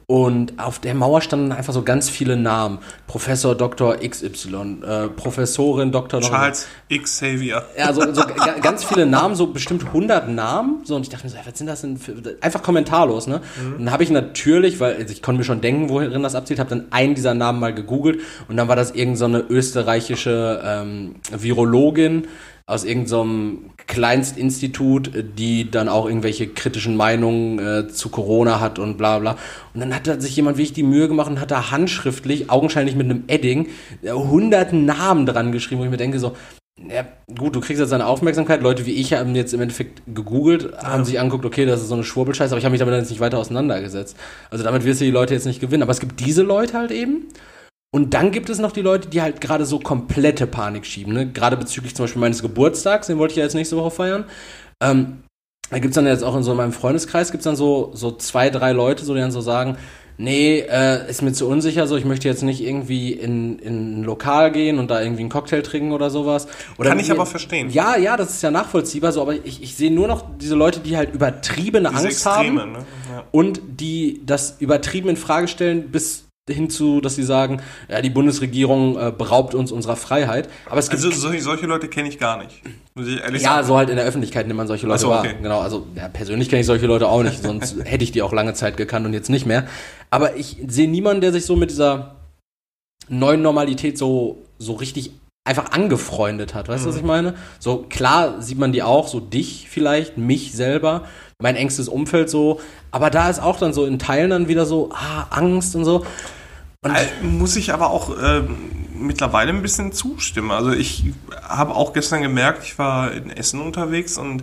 Und auf der Mauer standen einfach so ganz viele Namen. Professor Doktor X Y, äh, Professorin Doktor
Charles X Xavier.
Ja, so, so g- ganz viele Namen, so bestimmt hundert Namen. So, und ich dachte mir so, was sind das denn für, einfach kommentarlos, ne? Mhm. Und dann habe ich natürlich, weil also ich konnte mir schon denken, wohin das abzielt, habe dann einen dieser Namen mal gegoogelt und dann war das irgend so eine österreichische ähm, Virologin aus irgendeinem so Kleinstinstitut, die dann auch irgendwelche kritischen Meinungen äh, zu Corona hat und bla bla. Und dann hat da sich jemand wirklich die Mühe gemacht und hat da handschriftlich, augenscheinlich mit einem Edding, hundert Namen dran geschrieben, wo ich mir denke so, ja gut, du kriegst jetzt deine Aufmerksamkeit, Leute wie ich haben jetzt im Endeffekt gegoogelt, ja. haben sich angeguckt, okay, das ist so eine Schwurbelscheiße, aber ich habe mich damit jetzt nicht weiter auseinandergesetzt. Also damit wirst du die Leute jetzt nicht gewinnen. Aber es gibt diese Leute halt eben. Und dann gibt es noch die Leute, die halt gerade so komplette Panik schieben, ne? Gerade bezüglich zum Beispiel meines Geburtstags, den wollte ich ja jetzt nächste Woche feiern. Ähm, da gibt's dann jetzt auch in so meinem Freundeskreis gibt's dann so, so zwei, drei Leute, so die dann so sagen, nee, äh, ist mir zu unsicher, so ich möchte jetzt nicht irgendwie in, in ein Lokal gehen und da irgendwie einen Cocktail trinken oder sowas. Oder
Kann ich
mir,
aber verstehen.
Ja, ja, das ist ja nachvollziehbar, so, aber ich, ich sehe nur noch diese Leute, die halt übertriebene
Diese
Angst
Extreme,
haben
ne? Ja.
und die das übertrieben in Frage stellen, bis hinzu, dass sie sagen, ja, die Bundesregierung äh, beraubt uns unserer Freiheit. Aber es gibt
also solche, solche Leute kenne ich gar nicht. Muss ich ehrlich
ja,
sagen.
so halt in der Öffentlichkeit nimmt man solche Leute
so,
wahr.
okay.
Genau, also ja, persönlich kenne ich solche Leute auch nicht, sonst hätte ich die auch lange Zeit gekannt und jetzt nicht mehr. Aber ich sehe niemanden, der sich so mit dieser neuen Normalität so, so richtig einfach angefreundet hat. Weißt du, mhm. was ich meine? So klar sieht man die auch, so dich vielleicht, mich selber, mein engstes Umfeld so. Aber da ist auch dann so in Teilen dann wieder so, ah, Angst und so. Und
äh, muss ich aber auch äh, mittlerweile ein bisschen zustimmen. Also ich habe auch gestern gemerkt, ich war in Essen unterwegs und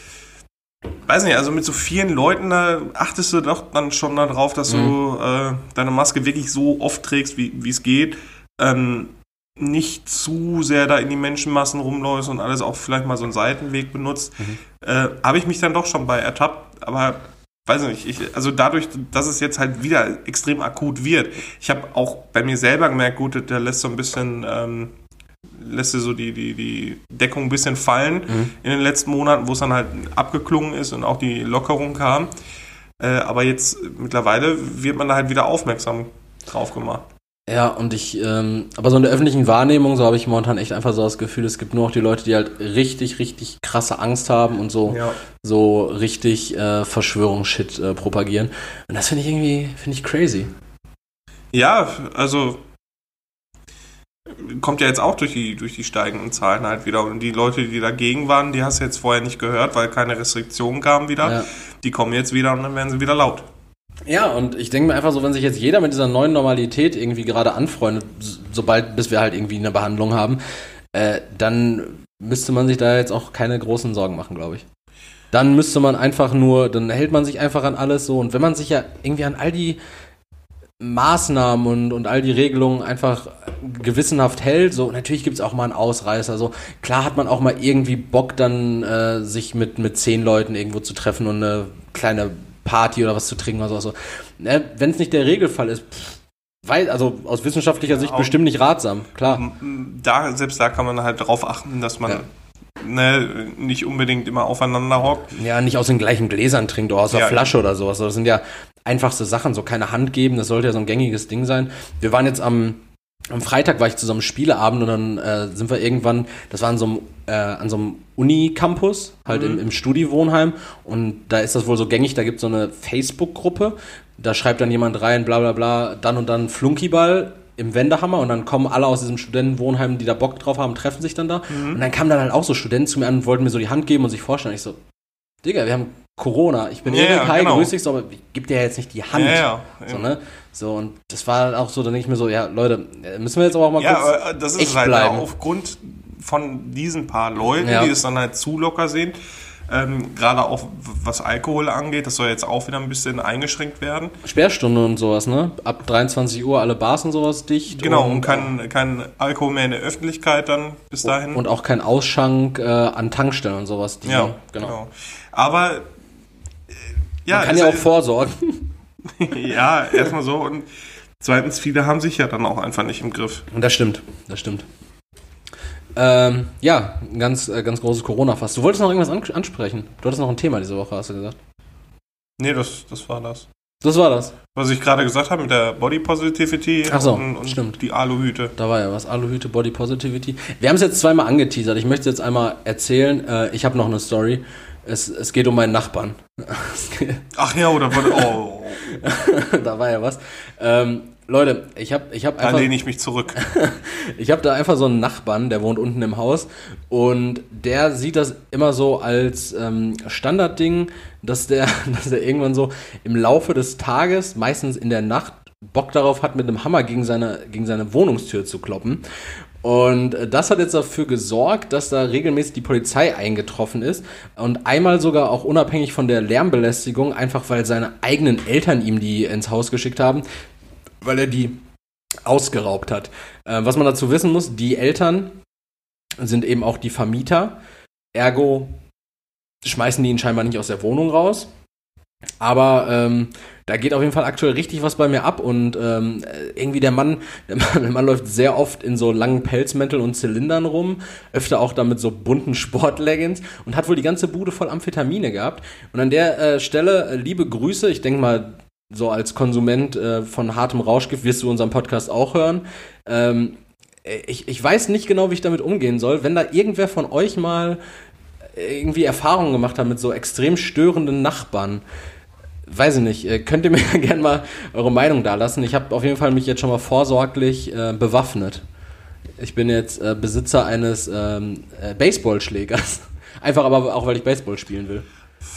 weiß nicht, also mit so vielen Leuten, da achtest du doch dann schon darauf, dass mhm. du äh, deine Maske wirklich so oft trägst, wie wie es geht. Ähm, nicht zu sehr da in die Menschenmassen rumläufst und alles auch vielleicht mal so einen Seitenweg benutzt. Mhm. Äh, habe ich mich dann doch schon bei ertappt, aber weiß nicht, ich, also dadurch, dass es jetzt halt wieder extrem akut wird. Ich habe auch bei mir selber gemerkt, gut, der lässt so ein bisschen, ähm, lässt so die, die, die Deckung ein bisschen fallen mhm. in den letzten Monaten, wo es dann halt abgeklungen ist und auch die Lockerung kam. Äh, aber jetzt mittlerweile wird man da halt wieder aufmerksam drauf gemacht.
Ja, und ich, ähm, aber so in der öffentlichen Wahrnehmung, so habe ich momentan echt einfach so das Gefühl, es gibt nur noch die Leute, die halt richtig, richtig krasse Angst haben und so, ja. so richtig äh, Verschwörungsshit äh, propagieren. Und das finde ich irgendwie, finde ich crazy.
Ja, also kommt ja jetzt auch durch die, durch die steigenden Zahlen halt wieder. Und die Leute, die dagegen waren, die hast du jetzt vorher nicht gehört, weil keine Restriktionen kamen wieder. Ja. Die kommen jetzt wieder und dann werden sie wieder laut.
Ja, und ich denke mir einfach so, wenn sich jetzt jeder mit dieser neuen Normalität irgendwie gerade anfreundet, sobald, bis wir halt irgendwie eine Behandlung haben, äh, dann müsste man sich da jetzt auch keine großen Sorgen machen, glaube ich. Dann müsste man einfach nur, dann hält man sich einfach an alles so, und wenn man sich ja irgendwie an all die Maßnahmen und, und all die Regelungen einfach gewissenhaft hält, so, natürlich gibt's auch mal einen Ausreißer, so, klar hat man auch mal irgendwie Bock, dann äh, sich mit, mit zehn Leuten irgendwo zu treffen und eine kleine Party oder was zu trinken oder so. Ne, wenn es nicht der Regelfall ist, pff, weil, also aus wissenschaftlicher ja, Sicht bestimmt nicht ratsam, klar.
Da, selbst da kann man halt darauf achten, dass man ja. ne, nicht unbedingt immer aufeinander hockt.
Ja, nicht aus den gleichen Gläsern trinkt oder aus der ja, Flasche oder sowas. Das sind ja einfachste Sachen, so keine Hand geben, das sollte ja so ein gängiges Ding sein. Wir waren jetzt am Am Freitag war ich zu so einem Spieleabend und dann äh, sind wir irgendwann, das war an so einem, äh, an so einem Uni-Campus, halt mhm. im, im Studi-Wohnheim, und da ist das wohl so gängig, da gibt es so eine Facebook-Gruppe, da schreibt dann jemand rein, bla bla bla, dann und dann Flunkyball im Wendehammer, und dann kommen alle aus diesem Studentenwohnheim, die da Bock drauf haben, treffen sich dann da, mhm. und dann kamen dann halt auch so Studenten zu mir an und wollten mir so die Hand geben und sich vorstellen. Ich so, Digga, wir haben Corona, ich bin
ja,
Erik, hi,
genau.
grüß dich, so, aber ich geb dir ja jetzt nicht die Hand.
Ja, ja,
so, ne? So, und das war auch so, dann denke ich mir so, ja, Leute, müssen wir jetzt aber auch mal
ja,
kurz
aber das ist
echt
halt
bleiben.
Aufgrund von diesen paar Leuten,
ja.
die es dann halt zu locker sehen, ähm, gerade auch was Alkohol angeht, das soll jetzt auch wieder ein bisschen eingeschränkt werden.
Sperrstunde und sowas, ne? Ab dreiundzwanzig Uhr alle Bars und sowas dicht.
Genau, und,
und
kein, kein Alkohol mehr in der Öffentlichkeit dann bis dahin.
Und auch kein Ausschank äh, an Tankstellen und sowas. Die,
ja,
genau. genau.
Aber äh, ja,
man kann ja auch vorsorgen.
Ja, erstmal so, und zweitens, viele haben sich ja dann auch einfach nicht im Griff.
Und das stimmt, das stimmt. Ähm, ja, ein ganz, äh, ganz großes Corona-Fass. Du wolltest noch irgendwas an- ansprechen. Du hattest noch ein Thema diese Woche, hast du gesagt.
Nee, das, das war das.
Das war das.
Was ich gerade gesagt habe mit der Body Positivity
Ach so,
und, und
stimmt.
die Aluhüte.
Da war ja was. Aluhüte, Body Positivity. Wir haben es jetzt zweimal angeteasert. Ich möchte es jetzt einmal erzählen. Äh, ich habe noch eine Story. Es, es geht um meinen Nachbarn.
Ach ja, oder wurde. Oh.
Da war ja was. Ähm, Leute, ich habe ich hab
Da
einfach.
lehne ich mich zurück.
Ich habe da einfach so einen Nachbarn, der wohnt unten im Haus und der sieht das immer so als ähm, Standardding, dass der, dass der irgendwann so im Laufe des Tages, meistens in der Nacht, Bock darauf hat, mit einem Hammer gegen seine, gegen seine Wohnungstür zu kloppen. Und das hat jetzt dafür gesorgt, dass da regelmäßig die Polizei eingetroffen ist und einmal sogar auch unabhängig von der Lärmbelästigung, einfach weil seine eigenen Eltern ihm die ins Haus geschickt haben, weil er die ausgeraubt hat. Äh, was man dazu wissen muss, die Eltern sind eben auch die Vermieter, ergo schmeißen die ihn scheinbar nicht aus der Wohnung raus. Aber ähm, da geht auf jeden Fall aktuell richtig was bei mir ab und ähm, irgendwie der Mann, der Mann, der Mann läuft sehr oft in so langen Pelzmänteln und Zylindern rum, öfter auch da mit so bunten Sportleggings und hat wohl die ganze Bude voll Amphetamine gehabt. Und an der äh, Stelle äh, liebe Grüße, ich denke mal, so als Konsument äh, von hartem Rauschgift wirst du unseren Podcast auch hören. Ähm, ich, ich weiß nicht genau, wie ich damit umgehen soll. Wenn da irgendwer von euch mal irgendwie Erfahrungen gemacht hat mit so extrem störenden Nachbarn, weiß ich nicht, könnt ihr mir gerne mal eure Meinung da lassen. Ich habe auf jeden Fall mich jetzt schon mal vorsorglich äh, bewaffnet. Ich bin jetzt äh, Besitzer eines ähm, äh, Baseballschlägers. Einfach aber auch, weil ich Baseball spielen will.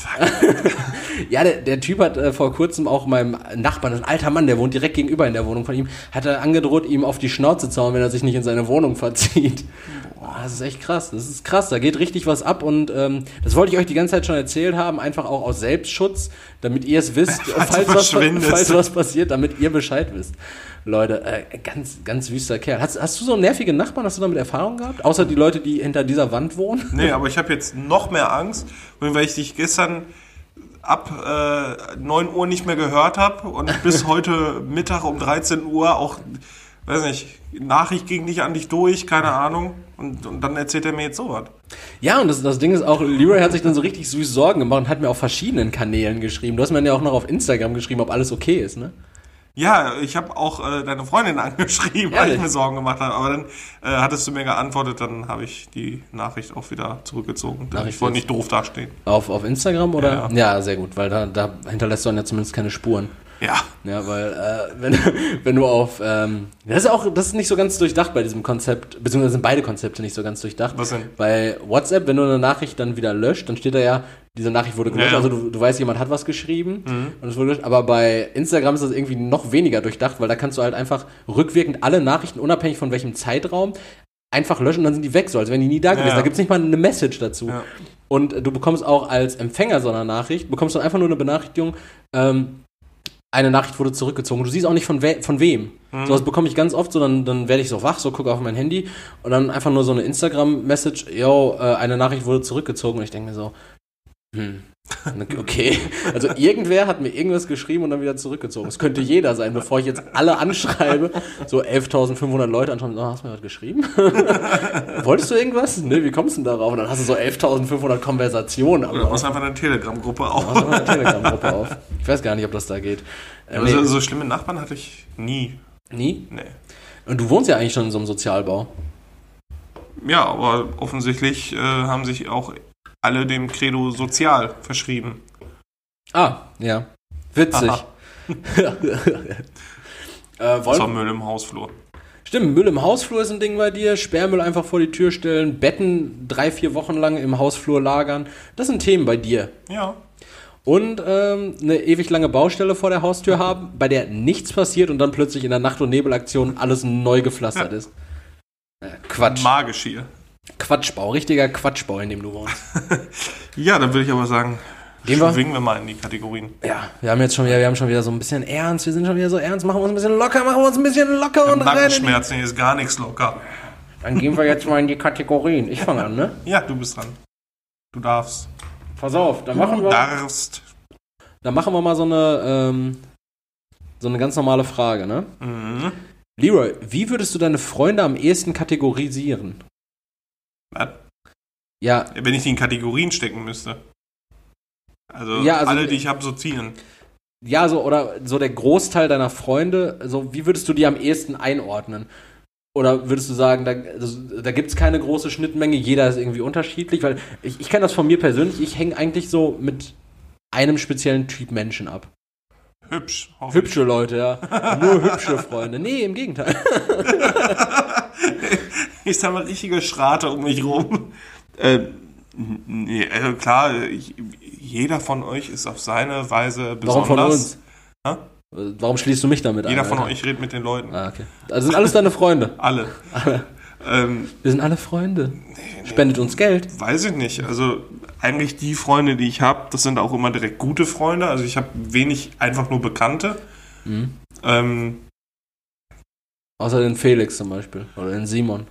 Ja, der, der Typ hat äh, vor kurzem auch meinem Nachbarn, das ist ein alter Mann, der wohnt direkt gegenüber in der Wohnung von ihm, hat er angedroht, ihm auf die Schnauze zu hauen, wenn er sich nicht in seine Wohnung verzieht. Boah, das ist echt krass, das ist krass, da geht richtig was ab und ähm, das wollte ich euch die ganze Zeit schon erzählt haben, einfach auch aus Selbstschutz, damit ihr es wisst, falls was, falls was passiert, damit ihr Bescheid wisst. Leute, äh, ganz, ganz wüster Kerl. Hast, hast du so nervige Nachbarn? Hast du damit Erfahrung gehabt? Außer die Leute, die hinter dieser Wand wohnen?
Nee, aber ich habe jetzt noch mehr Angst, weil ich dich gestern ab äh, neun Uhr nicht mehr gehört habe und bis heute Mittag um dreizehn Uhr auch, weiß nicht, Nachricht ging nicht an dich durch, keine Ahnung. Und, und dann erzählt er mir jetzt sowas.
Ja, und das, das Ding ist auch, Leroy hat sich dann so richtig süß Sorgen gemacht und hat mir auf verschiedenen Kanälen geschrieben. Du hast mir ja auch noch auf Instagram geschrieben, ob alles okay ist, ne?
Ja, ich habe auch äh, deine Freundin angeschrieben, weil ich mir Sorgen gemacht habe. Aber dann äh, hattest du mir geantwortet, dann habe ich die Nachricht auch wieder zurückgezogen.
Nachricht
ich wollte nicht doof dastehen.
Auf, auf Instagram, oder?
Ja, ja.
Ja, sehr gut, weil da, da hinterlässt du dann ja zumindest keine Spuren.
Ja.
Ja, weil äh, wenn, wenn du auf... Ähm, das ist auch das ist nicht so ganz durchdacht bei diesem Konzept, beziehungsweise sind beide Konzepte nicht so ganz durchdacht.
Was denn?
Bei WhatsApp, wenn du eine Nachricht dann wieder löscht, dann steht da ja, diese Nachricht wurde gelöscht, ja, ja. Also du, du weißt, jemand hat was geschrieben mhm. und es wurde gelöscht. Aber bei Instagram ist das irgendwie noch weniger durchdacht, weil da kannst du halt einfach rückwirkend alle Nachrichten, unabhängig von welchem Zeitraum, einfach löschen und dann sind die weg, so als wären die nie da gewesen. Ja, ja. Da gibt es nicht mal eine Message dazu. Ja. Und du bekommst auch als Empfänger so einer Nachricht, bekommst du einfach nur eine Benachrichtigung, ähm, eine Nachricht wurde zurückgezogen. Du siehst auch nicht von, we- von wem. Mhm. So was bekomme ich ganz oft, so dann, dann werde ich so wach, so gucke auf mein Handy und dann einfach nur so eine Instagram-Message, yo, äh, eine Nachricht wurde zurückgezogen und ich denke mir so, hm, okay. Also irgendwer hat mir irgendwas geschrieben und dann wieder zurückgezogen. Es könnte jeder sein, bevor ich jetzt alle anschreibe, so elftausendfünfhundert Leute anschauen, oh, hast du mir was geschrieben? Wolltest du irgendwas? Ne, wie kommst du denn darauf? Und dann hast du so elftausendfünfhundert Konversationen.
Oder du machst einfach eine Telegram-Gruppe auf.
Du machst einfach eine Telegram-Gruppe auf. Ich weiß gar nicht, ob das da geht.
Äh, ja, nee. so, so schlimme Nachbarn hatte ich nie.
Nie?
Nee.
Und du wohnst ja eigentlich schon in so einem Sozialbau.
Ja, aber offensichtlich äh, haben sich auch alle dem Credo sozial verschrieben.
Ah, ja. Witzig. äh,
das war Müll im Hausflur.
Stimmt, Müll im Hausflur ist ein Ding bei dir. Sperrmüll einfach vor die Tür stellen, Betten drei, vier Wochen lang im Hausflur lagern. Das sind Themen bei dir.
Ja.
Und ähm, eine ewig lange Baustelle vor der Haustür haben, bei der nichts passiert und dann plötzlich in der Nacht- und Nebelaktion alles neu gepflastert ja. ist. Äh, Quatsch.
Magisch hier.
Quatschbau, richtiger Quatschbau, in dem du wohnst.
Ja, dann würde ich aber sagen,
Gehen wir?
schwingen wir mal in die Kategorien.
Ja, wir haben jetzt schon wieder, wir haben schon wieder so ein bisschen ernst, wir sind schon wieder so ernst, machen wir uns ein bisschen locker, machen wir uns ein bisschen locker und rein.
Nackenschmerzen, hier ist gar nichts locker.
Dann gehen wir jetzt mal in die Kategorien. Ich fange an, ne?
Ja, du bist dran. Du darfst.
Pass auf, dann machen
du
wir.
darfst.
Dann machen wir mal so eine, ähm, so eine ganz normale Frage, ne?
Mhm.
Leroy, wie würdest du deine Freunde am ehesten kategorisieren?
Was?
Ja.
Wenn ich die in Kategorien stecken müsste. Also,
ja, also
alle, die ich habe, sortieren.
ja, so, oder so der Großteil deiner Freunde, so, wie würdest du die am ehesten einordnen? Oder würdest du sagen, da, also, da gibt es keine große Schnittmenge, jeder ist irgendwie unterschiedlich? Weil ich, ich kenne das von mir persönlich, ich hänge eigentlich so mit einem speziellen Typ Menschen ab.
Hübsch.
Hübsche Leute, ja. Nur hübsche Freunde. Nee, im Gegenteil.
Ich sag mal, richtige Schrate um mich rum. Äh, nee, also klar, ich, jeder von euch ist auf seine Weise besonders.
Warum von uns?
Ha?
Warum schließt du mich damit ein?
Jeder von
Alter?
euch redet mit den Leuten.
Ah, okay. Also sind alles deine Freunde?
Alle.
Alle.
Ähm,
Wir sind alle Freunde. Spendet uns Geld.
Weiß ich nicht. Also eigentlich die Freunde, die ich habe, das sind auch immer direkt gute Freunde. Also ich habe wenig einfach nur Bekannte.
Mhm.
Ähm,
Außer den Felix zum Beispiel. Oder den Simon.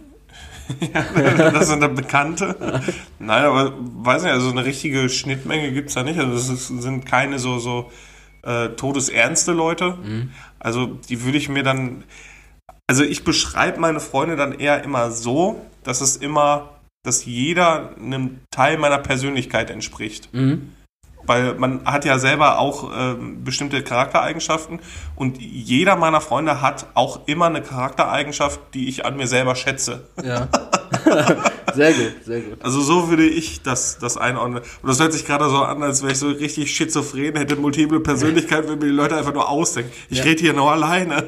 Ja, das sind dann Bekannte. Nein, aber weiß nicht, also eine richtige Schnittmenge gibt es da nicht. Also das ist, sind keine so, so äh, todesernste Leute.
Mhm.
Also die würde ich mir dann... Also ich beschreibe meine Freunde dann eher immer so, dass es immer, dass jeder einem Teil meiner Persönlichkeit entspricht.
Mhm.
Weil man hat ja selber auch ähm, bestimmte Charaktereigenschaften und jeder meiner Freunde hat auch immer eine Charaktereigenschaft, die ich an mir selber schätze.
Ja. Sehr gut, sehr gut.
Also so würde ich das, das einordnen. Und das hört sich gerade so an, als wäre ich so richtig schizophren, hätte multiple Persönlichkeit, wenn mir die Leute einfach nur ausdenken. Ich ja. rede hier nur alleine.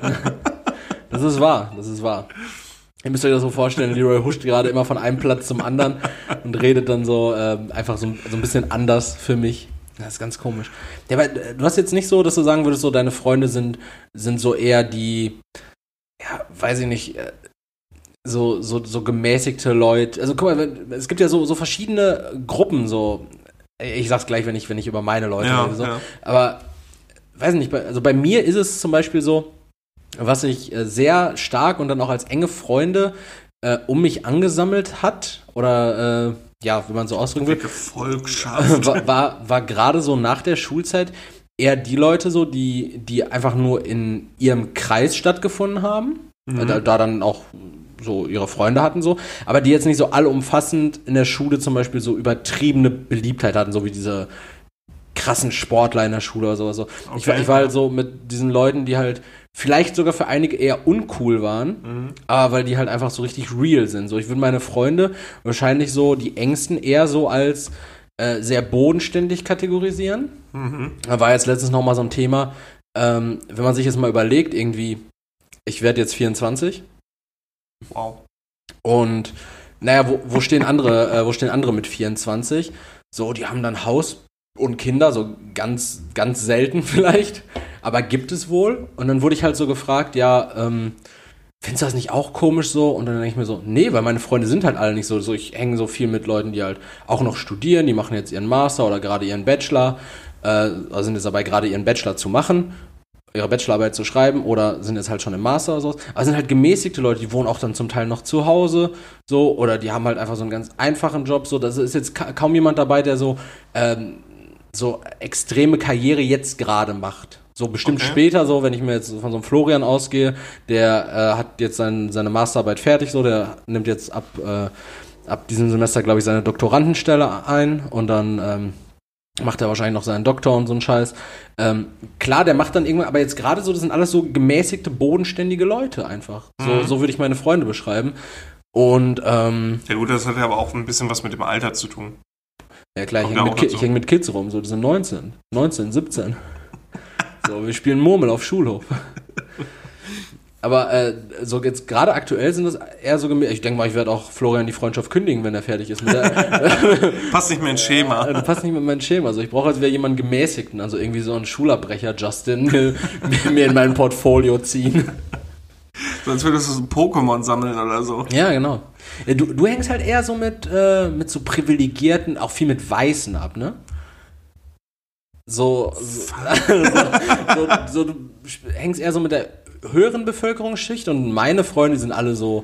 Das ist wahr, das ist wahr. Ihr müsst euch das so vorstellen, Leroy huscht gerade immer von einem Platz zum anderen und redet dann so ähm, einfach so, so ein bisschen anders für mich. Das ist ganz komisch. Ja, aber du hast jetzt nicht so, dass du sagen würdest, so deine Freunde sind, sind so eher die, ja, weiß ich nicht, so, so, so gemäßigte Leute. Also guck mal, es gibt ja so, so verschiedene Gruppen, so, ich sag's gleich, wenn ich, wenn ich über meine Leute
ja,
rede, so.
Ja.
Aber, weiß nicht, also bei mir ist es zum Beispiel so, was sich äh, sehr stark und dann auch als enge Freunde äh, um mich angesammelt hat, oder äh, ja, wie man so ausdrücken will,
Gefolgschaft.
war, war, war gerade so nach der Schulzeit eher die Leute so, die, die einfach nur in ihrem Kreis stattgefunden haben, mhm. da, da dann auch so ihre Freunde hatten so, aber die jetzt nicht so allumfassend in der Schule zum Beispiel so übertriebene Beliebtheit hatten, so wie diese krassen Sportler in der Schule oder sowas. So. Okay. Ich, war, ich war halt so mit diesen Leuten, die halt vielleicht sogar für einige eher uncool waren, mhm. aber weil die halt einfach so richtig real sind. So, ich würde meine Freunde wahrscheinlich so, die Ängsten eher so als äh, sehr bodenständig kategorisieren.
Mhm.
Da war jetzt letztens noch mal so ein Thema, ähm, wenn man sich jetzt mal überlegt, irgendwie, ich werde jetzt vierundzwanzig.
Wow.
Und naja, wo, wo stehen andere, äh, wo stehen andere mit vierundzwanzig? So, die haben dann Haus und Kinder, so ganz, ganz selten vielleicht, aber gibt es wohl. Und dann wurde ich halt so gefragt, ja, ähm, findest du das nicht auch komisch so? Und dann denke ich mir so, nee, weil meine Freunde sind halt alle nicht so, so ich hänge so viel mit Leuten, die halt auch noch studieren, die machen jetzt ihren Master oder gerade ihren Bachelor, äh, also sind jetzt dabei, gerade ihren Bachelor zu machen, ihre Bachelorarbeit zu schreiben oder sind jetzt halt schon im Master oder so. Aber sind halt gemäßigte Leute, die wohnen auch dann zum Teil noch zu Hause, so, oder die haben halt einfach so einen ganz einfachen Job, so, da ist jetzt ka- kaum jemand dabei, der so, ähm, so extreme Karriere jetzt gerade macht. So bestimmt okay. Später, so, wenn ich mir jetzt von so einem Florian ausgehe, der äh, hat jetzt sein, seine Masterarbeit fertig, so, der nimmt jetzt ab, äh, ab diesem Semester, glaube ich, seine Doktorandenstelle ein und dann ähm, macht er wahrscheinlich noch seinen Doktor und so einen Scheiß. Ähm, klar, der macht dann irgendwann, aber jetzt gerade so, das sind alles so gemäßigte, bodenständige Leute einfach. So, mhm. so würde ich meine Freunde beschreiben. Und, ähm,
ja gut, das hat ja aber auch ein bisschen was mit dem Alter zu tun.
Ja klar, ich hänge mit, Ki- ich häng mit Kids rum, so, die sind neunzehn, neunzehn, siebzehn. So, wir spielen Murmel auf Schulhof. Aber äh, so jetzt gerade aktuell sind das eher so gemäßigt. Ich denke mal, ich werde auch Florian die Freundschaft kündigen, wenn er fertig ist mit der.
Passt nicht mehr ins Schema.
Äh, passt nicht mit meinem Schema. Also ich brauche jetzt wieder jemanden Gemäßigten, also irgendwie so einen Schulabbrecher Justin mir, mir in mein Portfolio ziehen.
Sonst würdest du so ein Pokémon sammeln oder so.
Ja, genau. Ja, du, du hängst halt eher so mit, äh, mit so privilegierten, auch viel mit Weißen ab, ne? So, so, so, so, du hängst eher so mit der höheren Bevölkerungsschicht und meine Freunde sind alle so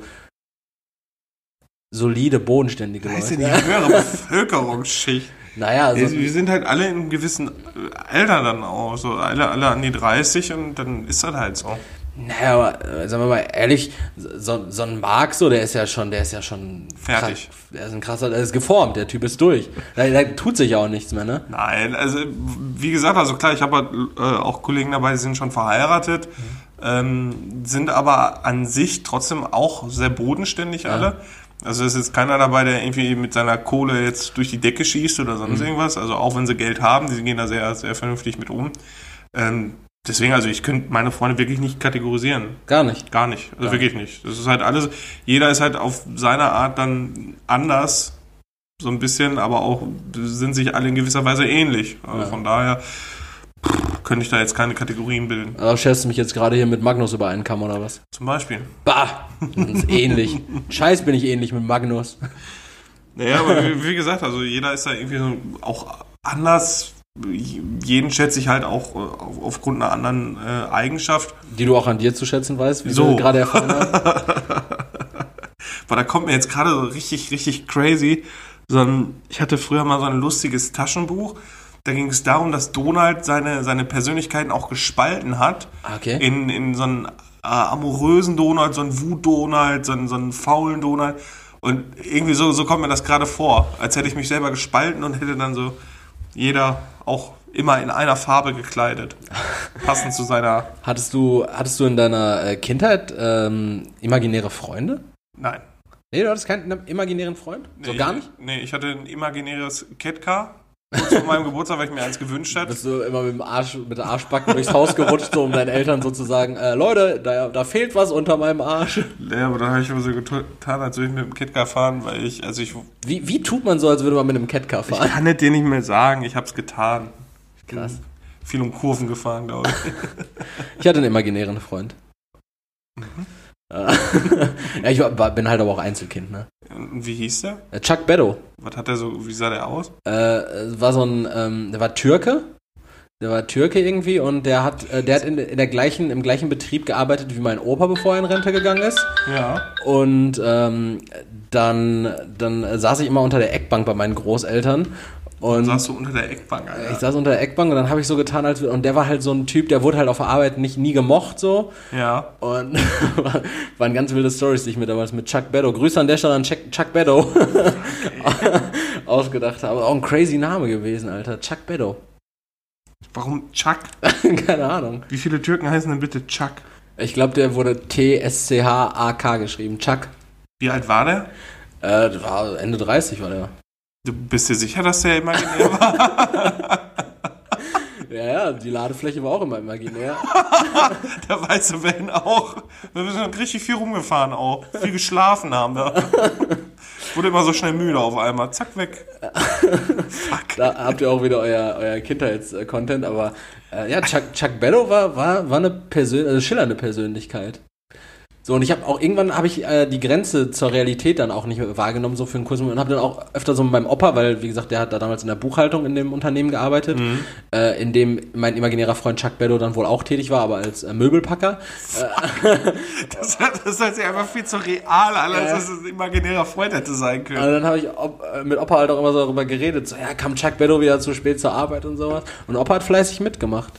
solide, bodenständige Leute.
Das ist ja die höhere Bevölkerungsschicht.
Naja, also
wir sind halt alle in einem gewissen Alter dann auch, so alle, alle an die dreißig und dann ist das halt so.
Naja, aber äh, sagen wir mal ehrlich, so, so ein Mark, so, der ist ja schon, der ist ja schon
fertig.
Krass, der ist ein krasser, der ist geformt, der Typ ist durch. Da, da tut sich ja auch nichts mehr, ne?
Nein, also wie gesagt, also klar, ich habe halt, äh, auch Kollegen dabei, die sind schon verheiratet, mhm. ähm, sind aber an sich trotzdem auch sehr bodenständig ja. alle. Also es ist jetzt keiner dabei, der irgendwie mit seiner Kohle jetzt durch die Decke schießt oder sonst mhm. irgendwas. Also auch wenn sie Geld haben, die gehen da sehr, sehr vernünftig mit um. Ähm, Deswegen, also ich könnte meine Freunde wirklich nicht kategorisieren.
Gar nicht?
Gar nicht, also
Gar
wirklich
nicht.
nicht. Das ist halt alles, jeder ist halt auf seine Art dann anders, so ein bisschen, aber auch sind sich alle in gewisser Weise ähnlich. Also ja. Von daher pff, könnte ich da jetzt keine Kategorien bilden.
Aber scherzt du mich jetzt gerade hier mit Magnus über einen Kamm oder was?
Zum Beispiel.
Bah, das ist ähnlich. Scheiß bin ich ähnlich mit Magnus.
Naja, aber wie, wie gesagt, also jeder ist da irgendwie so auch anders. Jeden schätze ich halt auch aufgrund einer anderen äh, Eigenschaft.
Die du auch an dir zu schätzen weißt, wie
so.
du gerade erfahren hast.
Aber da kommt mir jetzt gerade so richtig, richtig crazy. So ein, ich hatte früher mal so ein lustiges Taschenbuch. Da ging es darum, dass Donald seine, seine Persönlichkeiten auch gespalten hat.
Okay.
In, in so einen äh, amorösen Donald, so einen Wut-Donald, so einen, so einen faulen Donald. Und irgendwie so, so kommt mir das gerade vor. Als hätte ich mich selber gespalten und hätte dann so jeder auch immer in einer Farbe gekleidet. Passend zu seiner...
Hattest du, hattest du in deiner Kindheit ähm, imaginäre Freunde?
Nein.
Nee, du hattest keinen imaginären Freund? So
nee,
gar nicht?
Nee, ich hatte ein imaginäres Catcar. Kurz vor meinem Geburtstag, weil ich mir eins gewünscht hatte.
Bist du immer mit dem Arsch, mit der Arschbacken durchs Haus gerutscht, so um deinen Eltern sozusagen, äh, Leute, da, da fehlt was unter meinem Arsch.
Ja, aber dann habe ich immer so getan, als würde ich mit dem Catcar fahren, weil ich, also ich...
Wie, wie tut man so, als würde man mit einem Catcar fahren?
Ich kann es dir nicht mehr sagen, ich habe es getan.
Krass.
Bin viel um Kurven gefahren, glaube ich.
Ich hatte einen imaginären Freund. Mhm. Ja, ich war, bin halt aber auch Einzelkind, ne?
Und wie hieß der?
Chuck Beddoe.
Was hat der so, wie sah der aus?
Äh, war so ein, ähm, der war Türke. Der war Türke irgendwie und der hat, äh, der hat in, in der gleichen, im gleichen Betrieb gearbeitet wie mein Opa, bevor er in Rente gegangen ist.
Ja.
Und ähm, dann, dann saß ich immer unter der Eckbank bei meinen Großeltern. Und
saß du unter der Eckbank, Alter.
Ich saß unter der Eckbank und dann habe ich so getan, als und der war halt so ein Typ, der wurde halt auf der Arbeit nicht nie gemocht so.
Ja.
Und waren ganz wilde Storys, die ich mir damals mit Chuck Beddoe, Grüße an der Stelle an Chuck, Chuck Beddoe, okay. ausgedacht habe. Auch ein crazy Name gewesen, Alter. Chuck Beddoe.
Warum Chuck?
Keine Ahnung.
Wie viele Türken heißen denn bitte Chuck?
Ich glaube, der wurde T S C H A K geschrieben. Chuck.
Wie alt war der?
Äh, das war Ende dreißig war der.
Du bist dir sicher, dass der imaginär war?
Ja, ja, die Ladefläche war auch immer imaginär.
Der weiße Van auch. Wir sind richtig viel rumgefahren auch. Viel geschlafen haben wir. Wurde immer so schnell müde auf einmal. Zack, weg.
Fuck. Da habt ihr auch wieder euer, euer Kindheits-Content, aber äh, ja, Chuck, Chuck Beddoe war, war, war eine Persön- also schillernde Persönlichkeit. So, und ich habe auch irgendwann habe ich äh, die Grenze zur Realität dann auch nicht mehr wahrgenommen, so für einen Kurs, und habe dann auch öfter so mit meinem Opa, weil, wie gesagt, der hat da damals in der Buchhaltung in dem Unternehmen gearbeitet, mhm. äh, in dem mein imaginärer Freund Chuck Beddoe dann wohl auch tätig war, aber als äh, Möbelpacker.
das, das hört sich einfach viel zu real an, als dass es ein imaginärer Freund hätte sein können.
Und dann habe ich op- mit Opa halt auch immer so darüber geredet, so, ja, kam Chuck Beddoe wieder zu spät zur Arbeit und sowas. Und Opa hat fleißig mitgemacht.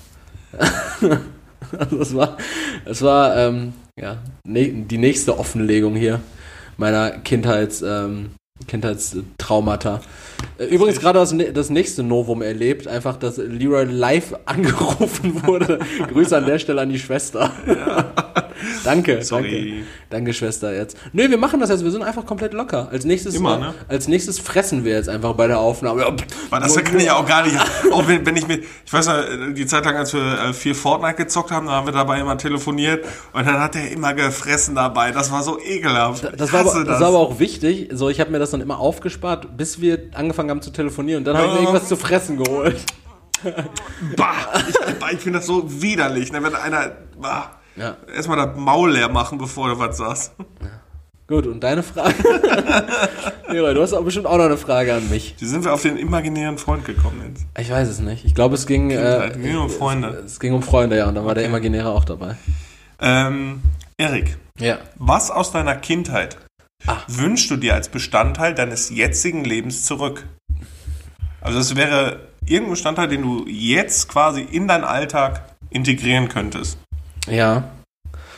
Also es war, es war ähm, ja, ne, die nächste Offenlegung hier meiner Kindheits, ähm, Kindheitstraumata. Übrigens gerade das, das nächste Novum erlebt, einfach, dass Leroy live angerufen wurde. Grüße an der Stelle an die Schwester. Ja. Danke,
Sorry.
danke. Danke, Schwester, jetzt. Nö, wir machen das jetzt, wir sind einfach komplett locker. Als nächstes,
Immer,
äh,
ne?
als nächstes fressen wir jetzt einfach bei der Aufnahme.
Weil das kann ich ja auch gar nicht. Auch wenn, wenn ich mir, ich weiß noch, die Zeit lang, als wir viel Fortnite gezockt haben, da haben wir dabei immer telefoniert und dann hat er immer gefressen dabei. Das war so ekelhaft.
Das, das, war, aber, das. das war aber auch wichtig. So, ich habe mir das dann immer aufgespart, bis wir angefangen haben zu telefonieren. Und dann habe ich mir irgendwas zu fressen geholt.
Bah, ich, ich finde das so widerlich, ne? Wenn einer bah,
ja.
erstmal das Maul leer machen, bevor du was sagst.
Ja. Gut, und deine Frage? Leroy, du hast auch bestimmt auch noch eine Frage an mich.
Wie sind wir auf den imaginären Freund gekommen jetzt?
Ich weiß es nicht. Ich glaube, es ging, äh,
ging um Freunde.
Es, es ging um Freunde, ja, und dann war okay. Der Imaginäre auch dabei.
Ähm, Erik,
ja.
Was aus deiner Kindheit
Ach.
wünschst du dir als Bestandteil deines jetzigen Lebens zurück? Also es wäre irgendein Bestandteil, den du jetzt quasi in deinen Alltag integrieren könntest.
Ja.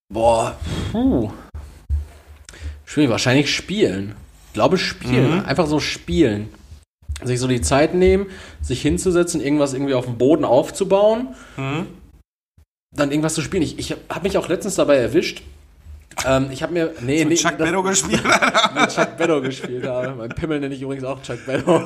Boah, puh. Schwierig, wahrscheinlich spielen. Ich glaube spielen, mhm. einfach so spielen. Sich so die Zeit nehmen, sich hinzusetzen, irgendwas irgendwie auf dem Boden aufzubauen, mhm. dann irgendwas zu spielen. Ich, ich habe mich auch letztens dabei erwischt. Ähm, ich habe mir, nee,
so
nee,
Chuck Beddo gespielt?
Mit Chuck Beddo gespielt habe. Mein Pimmel nenne ich übrigens auch Chuck Beddo.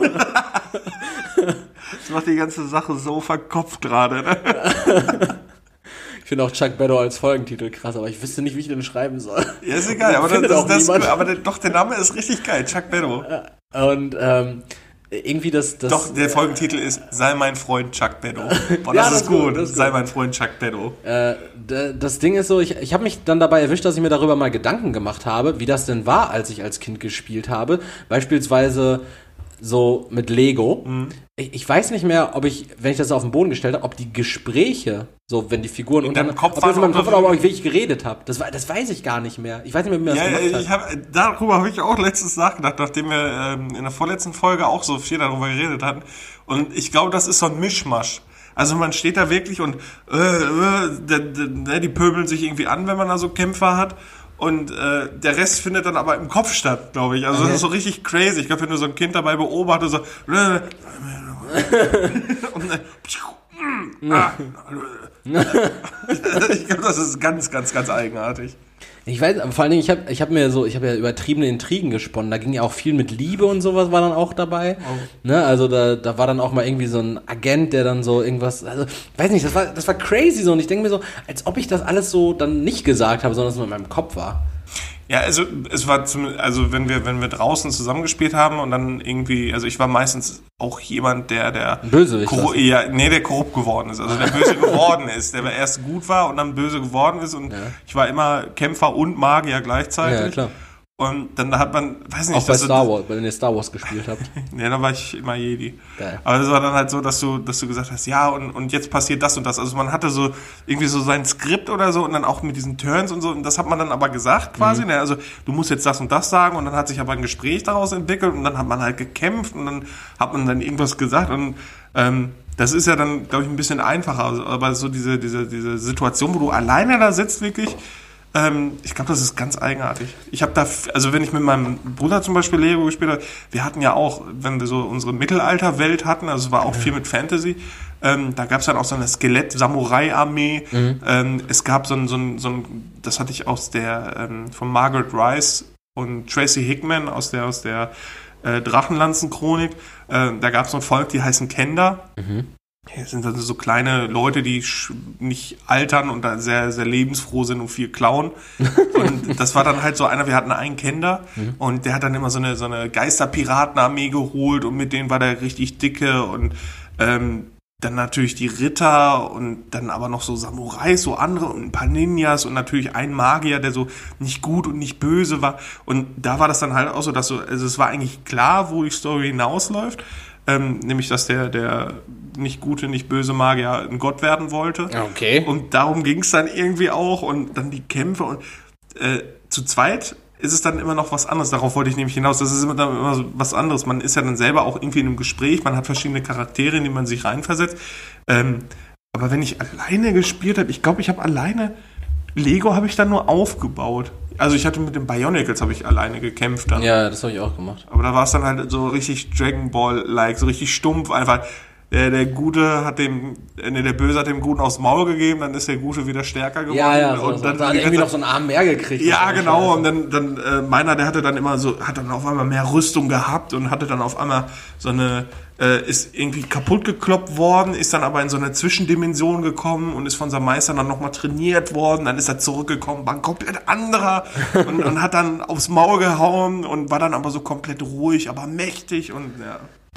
Das macht die ganze Sache so verkopft gerade, ne?
Ich finde auch Chuck Beddo als Folgentitel krass, aber ich wüsste nicht, wie ich den schreiben soll.
Ja, ist egal, aber, das, das, das, das, aber der, doch, der Name ist richtig geil, Chuck Beddo.
Und ähm, irgendwie das, das...
Doch, der Folgentitel ist Sei mein Freund Chuck Beddo. Boah, das,
ja,
das ist gut,
gut das ist
Sei
gut.
mein Freund Chuck Beddo.
Äh, d- das Ding ist so, ich, ich habe mich dann dabei erwischt, dass ich mir darüber mal Gedanken gemacht habe, wie das denn war, als ich als Kind gespielt habe. Beispielsweise so mit Lego. Mhm. Ich, ich weiß nicht mehr, ob ich, wenn ich das auf den Boden gestellt habe, ob die Gespräche, so wenn die Figuren
in deinem Kopf
ob das in meinem Kopf war, oder ob ich wirklich geredet habe. Das, das weiß ich gar nicht mehr. Ich weiß nicht mehr, wie mir das
ja,
gemacht hat.
Ich hab, darüber habe ich auch letztens nachgedacht, nachdem wir ähm, in der vorletzten Folge auch so viel darüber geredet hatten. Und ich glaube, das ist so ein Mischmasch. Also man steht da wirklich und äh, äh, d- d- die pöbeln sich irgendwie an, wenn man da so Kämpfer hat. Und äh, der Rest findet dann aber im Kopf statt, glaube ich. Also okay. Das ist so richtig crazy. Ich glaube, wenn du so ein Kind dabei beobachtest, so äh, und dann, ah, ich glaube, das ist ganz, ganz, ganz eigenartig.
Ich weiß, aber vor allen Dingen, ich habe ich hab mir so, ich habe ja übertriebene Intrigen gesponnen. Da ging ja auch viel mit Liebe und sowas war dann auch dabei. Oh. Ne, also da, da war dann auch mal irgendwie so ein Agent, der dann so irgendwas, also weiß nicht, das war, das war crazy so. Und ich denke mir so, als ob ich das alles so dann nicht gesagt habe, sondern es nur in meinem Kopf war.
Ja, also es war zum, also wenn wir wenn wir draußen zusammengespielt haben und dann irgendwie, also ich war meistens auch jemand, der der
Bösewicht
korru- ja, nee, der korrupt geworden ist, also der böse geworden ist, der erst gut war und dann böse geworden ist und ja. Ich war immer Kämpfer und Magier gleichzeitig.
Ja, klar.
Und dann hat man, weiß nicht,
auch bei Star Wars, wenn ihr Star Wars gespielt habt.
Ja, da war ich immer Jedi.
Geil.
Aber es war dann halt so, dass du, dass du gesagt hast, ja, und, und jetzt passiert das und das. Also man hatte so irgendwie so sein Skript oder so und dann auch mit diesen Turns und so. Und das hat man dann aber gesagt quasi. Mhm. Ne? Also du musst jetzt das und das sagen und dann hat sich aber ein Gespräch daraus entwickelt und dann hat man halt gekämpft und dann hat man dann irgendwas gesagt und ähm, das ist ja dann, glaube ich, ein bisschen einfacher. Also, aber so diese, diese, diese Situation, wo du alleine da sitzt, wirklich. Ähm, ich glaube, das ist ganz eigenartig. Ich habe da, also wenn ich mit meinem Bruder zum Beispiel Lego gespielt habe, wir hatten ja auch, wenn wir so unsere Mittelalterwelt hatten, also es war auch viel mit Fantasy, ähm, da gab es dann auch so eine Skelett-Samurai-Armee. Mhm. Ähm, es gab so ein, so ein, so ein, das hatte ich aus der, ähm, von Margaret Rice und Tracy Hickman aus der, aus der äh, Drachenlanzen-Chronik. Äh, da gab es so ein Volk, die heißen Kender. Mhm. Das sind also so kleine Leute, die nicht altern und da sehr, sehr lebensfroh sind und viel klauen. Und das war dann halt so einer, wir hatten einen Kender mhm. und der hat dann immer so eine, so eine Geisterpiratenarmee geholt und mit denen war der richtig dicke und ähm, dann natürlich die Ritter und dann aber noch so Samurais, so andere und ein paar Ninjas und natürlich ein Magier, der so nicht gut und nicht böse war. Und da war das dann halt auch so, dass so, also es war eigentlich klar, wo die Story hinausläuft. Ähm, nämlich, dass der, der nicht gute, nicht böse Magier ein Gott werden wollte.
Okay.
Und darum ging es dann irgendwie auch und dann die Kämpfe und äh, zu zweit ist es dann immer noch was anderes. Darauf wollte ich nämlich hinaus. Das ist immer, dann immer so was anderes. Man ist ja dann selber auch irgendwie in einem Gespräch, man hat verschiedene Charaktere, in die man sich reinversetzt. Ähm, aber wenn ich alleine gespielt habe, ich glaube, ich habe alleine Lego habe ich dann nur aufgebaut. Also ich hatte mit den Bionicles habe ich alleine gekämpft dann.
Ja, das habe ich auch gemacht.
Aber da war es dann halt so richtig Dragon Ball-like, so richtig stumpf einfach. Der, der Gute hat dem, ne, der Böse hat dem Guten aufs Maul gegeben, dann ist der Gute wieder stärker geworden.
Ja, ja, so,
und dann
so, hat irgendwie noch so einen Arm mehr gekriegt.
Ja, genau, und dann, dann äh, meiner, der hatte dann immer so, hat dann auf einmal mehr Rüstung gehabt und hatte dann auf einmal so eine, äh, ist irgendwie kaputt gekloppt worden, ist dann aber in so eine Zwischendimension gekommen und ist von seinem Meister dann nochmal trainiert worden, dann ist er zurückgekommen, war ein komplett anderer und, und hat dann aufs Maul gehauen und war dann aber so komplett ruhig, aber mächtig und ja.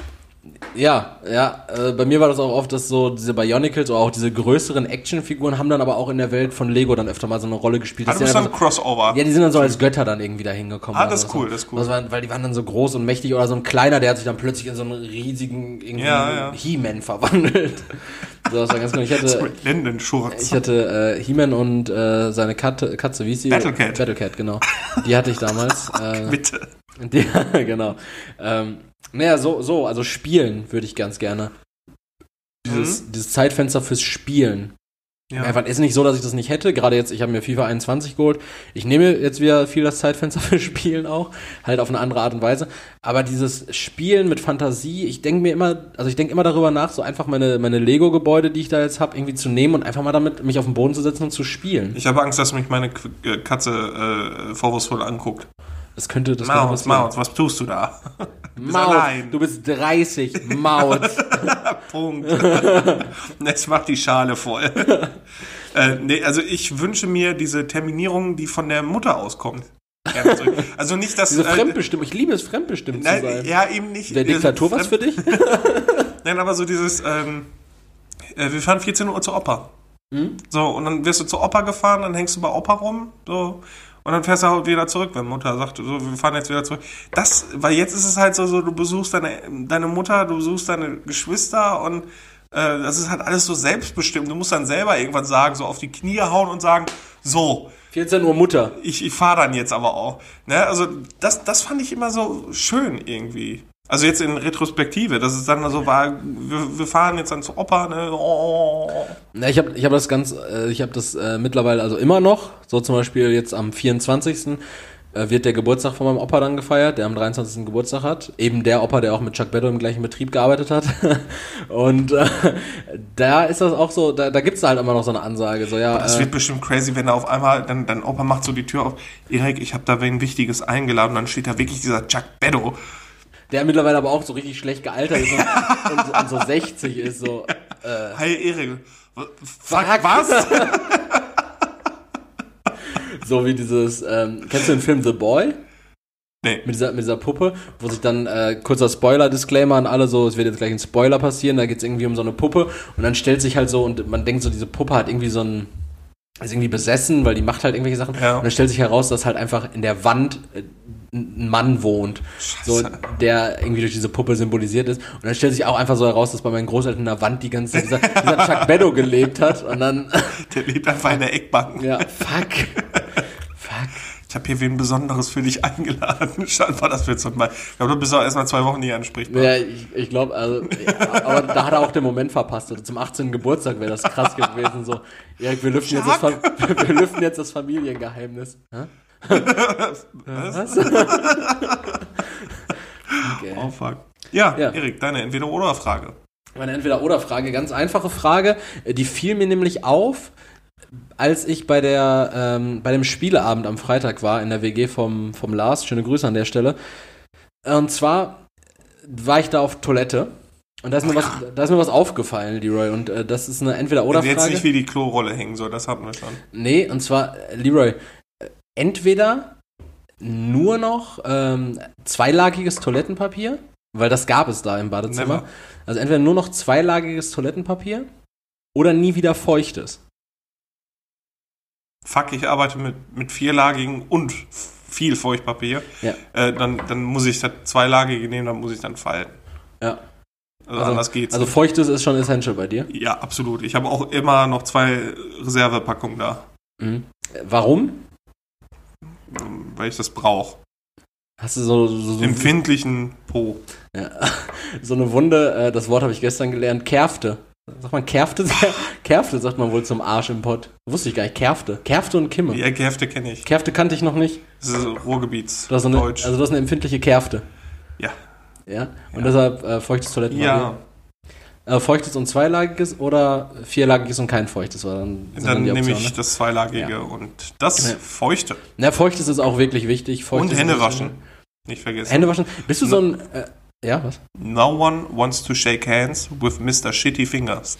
Ja, ja, äh, bei mir war das auch oft, dass so diese Bionicles oder auch diese größeren Actionfiguren haben dann aber auch in der Welt von Lego dann öfter mal so eine Rolle gespielt.
Ah, du bist dann ein
so,
Crossover.
Ja, die sind dann so als Götter dann irgendwie da hingekommen.
Ah, das ist cool,
so.
das ist cool.
Das war, weil die waren dann so groß und mächtig oder so ein kleiner, der hat sich dann plötzlich in so einen riesigen irgendwie
ja, ja.
He-Man verwandelt. So, das war ganz cool. Ich hatte, ich hatte äh, He-Man und äh, seine Katze, Katze, wie hieß sie?
Battlecat.
Battlecat, genau. Die hatte ich damals. Äh,
Bitte.
Die, genau. Ähm, naja, so, so, also spielen würde ich ganz gerne. Dieses, mhm. dieses Zeitfenster fürs Spielen.
Ja.
Einfach ist nicht so, dass ich das nicht hätte. Gerade jetzt, ich habe mir FIFA einundzwanzig geholt. Ich nehme jetzt wieder viel das Zeitfenster für Spielen auch. Halt auf eine andere Art und Weise. Aber dieses Spielen mit Fantasie, ich denke mir immer, also ich denke immer darüber nach, so einfach meine, meine Lego-Gebäude, die ich da jetzt habe, irgendwie zu nehmen und einfach mal damit mich auf den Boden zu setzen und zu spielen.
Ich habe Angst, dass mich meine K- Katze äh, vorwurfsvoll anguckt.
Das könnte, das
Maus,
könnte
Maus, was tust du da?
Maut, du bist dreißig, Maut.
Punkt. Jetzt macht die Schale voll. äh, nee, also ich wünsche mir diese Terminierung, die von der Mutter auskommt. Also nicht, dass...
Diese
äh,
Fremdbestimmung, ich liebe es, fremdbestimmt
nein,
zu sein.
Ja, eben nicht.
Wäre Diktatur was für dich?
Nein, aber so dieses, ähm, äh, wir fahren vierzehn Uhr zur Oper.
Hm?
So, und dann wirst du zur Oper gefahren, dann hängst du bei Opa rum, so... Und dann fährst du halt wieder zurück, wenn Mutter sagt, so, wir fahren jetzt wieder zurück. Das, weil jetzt ist es halt so, so du besuchst deine, deine Mutter, du besuchst deine Geschwister und äh, das ist halt alles so selbstbestimmt. Du musst dann selber irgendwann sagen, so auf die Knie hauen und sagen, so.
vierzehn Uhr Mutter.
Ich, ich fahre dann jetzt aber auch. Ne? Also das, das fand ich immer so schön irgendwie. Also jetzt in Retrospektive, dass es dann so war, wir, wir fahren jetzt dann zur Oper, ne? Oh.
Ja, ich habe ich hab das ganz, äh, ich habe das äh, mittlerweile also immer noch, so zum Beispiel jetzt am vierundzwanzigsten Äh, wird der Geburtstag von meinem Opa dann gefeiert, der am dreiundzwanzigsten Geburtstag hat. Eben der Opa, der auch mit Chuck Beddo im gleichen Betrieb gearbeitet hat. Und äh, da ist das auch so, da, da gibt's halt immer noch so eine Ansage. So, ja,
das
äh,
wird bestimmt crazy, wenn da auf einmal, dann, dann Opa macht so die Tür auf, Erik, ich habe da wen Wichtiges eingeladen, und dann steht da wirklich dieser Chuck Beddo.
Der mittlerweile aber auch so richtig schlecht gealtert ist und, und, so, und so sechzig ist, so. Äh,
Hi Erik.
Fuck,
was?
So wie dieses, ähm, kennst du den Film The Boy?
Nee.
Mit dieser, mit dieser Puppe, wo sich dann, äh, kurzer Spoiler-Disclaimer an alle, so, es wird jetzt gleich ein Spoiler passieren, da geht's irgendwie um so eine Puppe und dann stellt sich halt so, und man denkt so, diese Puppe hat irgendwie so ein, ist irgendwie besessen, weil die macht halt irgendwelche Sachen.
Ja.
Und dann stellt sich heraus, dass halt einfach in der Wand äh, ein Mann wohnt, so, der irgendwie durch diese Puppe symbolisiert ist. Und dann stellt sich auch einfach so heraus, dass bei meinen Großeltern in der Wand die ganze Zeit dieser, dieser Chuck Beddo gelebt hat. Und dann...
Der lebt einfach in der Eckbank.
Ja, fuck. Fuck.
Ich habe hier wen Besonderes für dich eingeladen. Scheinbar, das wird so mal. Ich glaube, du bist auch erstmal zwei Wochen nie ansprechbar.
Ja, ich, ich glaube, also, ja, aber da hat er auch den Moment verpasst. Also zum achtzehnten Geburtstag wäre das krass gewesen. So, Erik, wir lüften jetzt das, Fa- wir lüften jetzt das Familiengeheimnis. Hä? Was? Okay.
Oh, fuck. Ja,
Ja.
Erik, deine Entweder-Oder-Frage.
Meine Entweder-Oder-Frage, ganz einfache Frage. Die fiel mir nämlich auf, als ich bei der ähm, bei dem Spieleabend am Freitag war in der W G vom, vom Lars. Schöne Grüße an der Stelle. Und zwar war ich da auf Toilette. Und da ist mir was, da ist mir was aufgefallen, Leroy. Und äh, das ist eine Entweder-Oder-Frage.
Jetzt nicht, wie die Klorolle hängen soll, das hatten wir schon.
Nee, und zwar, äh, Leroy, äh, entweder nur noch ähm, zweilagiges Toilettenpapier, weil das gab es da im Badezimmer.
Never.
Also entweder nur noch zweilagiges Toilettenpapier oder nie wieder feuchtes.
Fuck, ich arbeite mit, mit vierlagigen und viel Feuchtpapier.
Ja.
Äh, dann, dann muss ich das zweilagige nehmen, dann muss ich dann falten.
Ja.
Also,
Also,
anders geht's.
also feuchtes ist schon essential bei dir.
Ja, absolut. Ich habe auch immer noch zwei Reservepackungen da,
Mhm. Warum?
weil ich das brauche.
Hast du so, so, so,
Empfindlichen Po.
ja, so eine Wunde, äh, das Wort habe ich gestern gelernt, Kerfte. Sagt man Kerfte? Kerfte sagt man wohl zum Arsch im Pott. Wusste ich gar nicht. Kerfte. Kerfte und Kimme.
Die Ergäfte kenne ich.
Kerfte kannte ich noch nicht.
Das ist Ruhrgebiets.
Du hast so eine,
Deutsch.
also du hast eine empfindliche Kerfte.
Ja.
Ja? Und
Ja.
deshalb äh, feuchtes Toilettenpapier.
Ja.
Äh, feuchtes und zweilagiges oder vierlagiges und kein feuchtes? War dann sind
Dann
die
nehme
Optionen,
ich
ne?
das zweilagige
Ja.
und das
Ja.
Feuchte.
Na, feuchtes ist auch wirklich wichtig. Feuchtes
Und Hände
ist-
waschen. Nicht vergessen.
Hände waschen. Bist du so ein... Äh, ja, was?
No one wants to shake hands with Mister Shitty Fingers.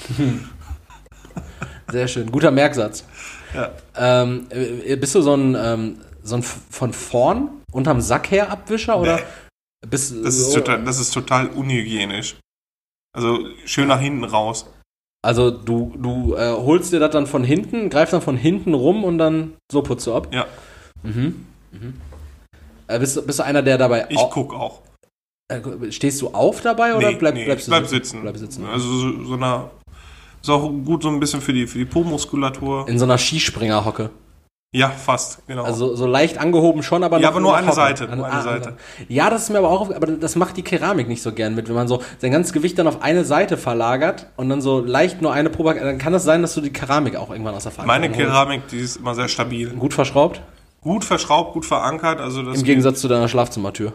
Sehr schön. Guter Merksatz.
Ja.
Ähm, äh, bist du so ein, ähm, so ein f- von vorn unterm Sack her Abwischer oder
Nee.
bist
Das ist,
so,
total, das ist total unhygienisch. Also schön nach hinten raus.
also du du äh, holst dir das dann von hinten, greifst dann von hinten rum und dann so putzt du ab?
Ja,
Mhm. Mhm. Äh, bist, du- bist du einer, der dabei
ich
au-
guck auch.
äh, stehst du auf dabei oder
Nee,
bleib,
nee,
bleibst du
bleib
sitzen?
sitzen.
Bleib sitzen.
Also so, so eine, ist auch gut so ein bisschen für die, für die Po-Muskulatur.
In so einer Skispringerhocke.
Ja, fast, genau.
Also so leicht angehoben schon, aber noch.
Ja, aber nur
noch
eine
hocken.
Seite,
An,
nur eine
ah,
Seite.
Ja, das ist mir aber auch, aber das macht die Keramik nicht so gern mit, wenn man so sein ganzes Gewicht dann auf eine Seite verlagert und dann so leicht nur eine Probe, dann kann das sein, dass du die Keramik auch irgendwann aus der Verantwortung
Meine Keramik, die ist immer sehr stabil.
Gut verschraubt?
Gut verschraubt, gut verankert. Also das
Im Gegensatz zu deiner Schlafzimmertür.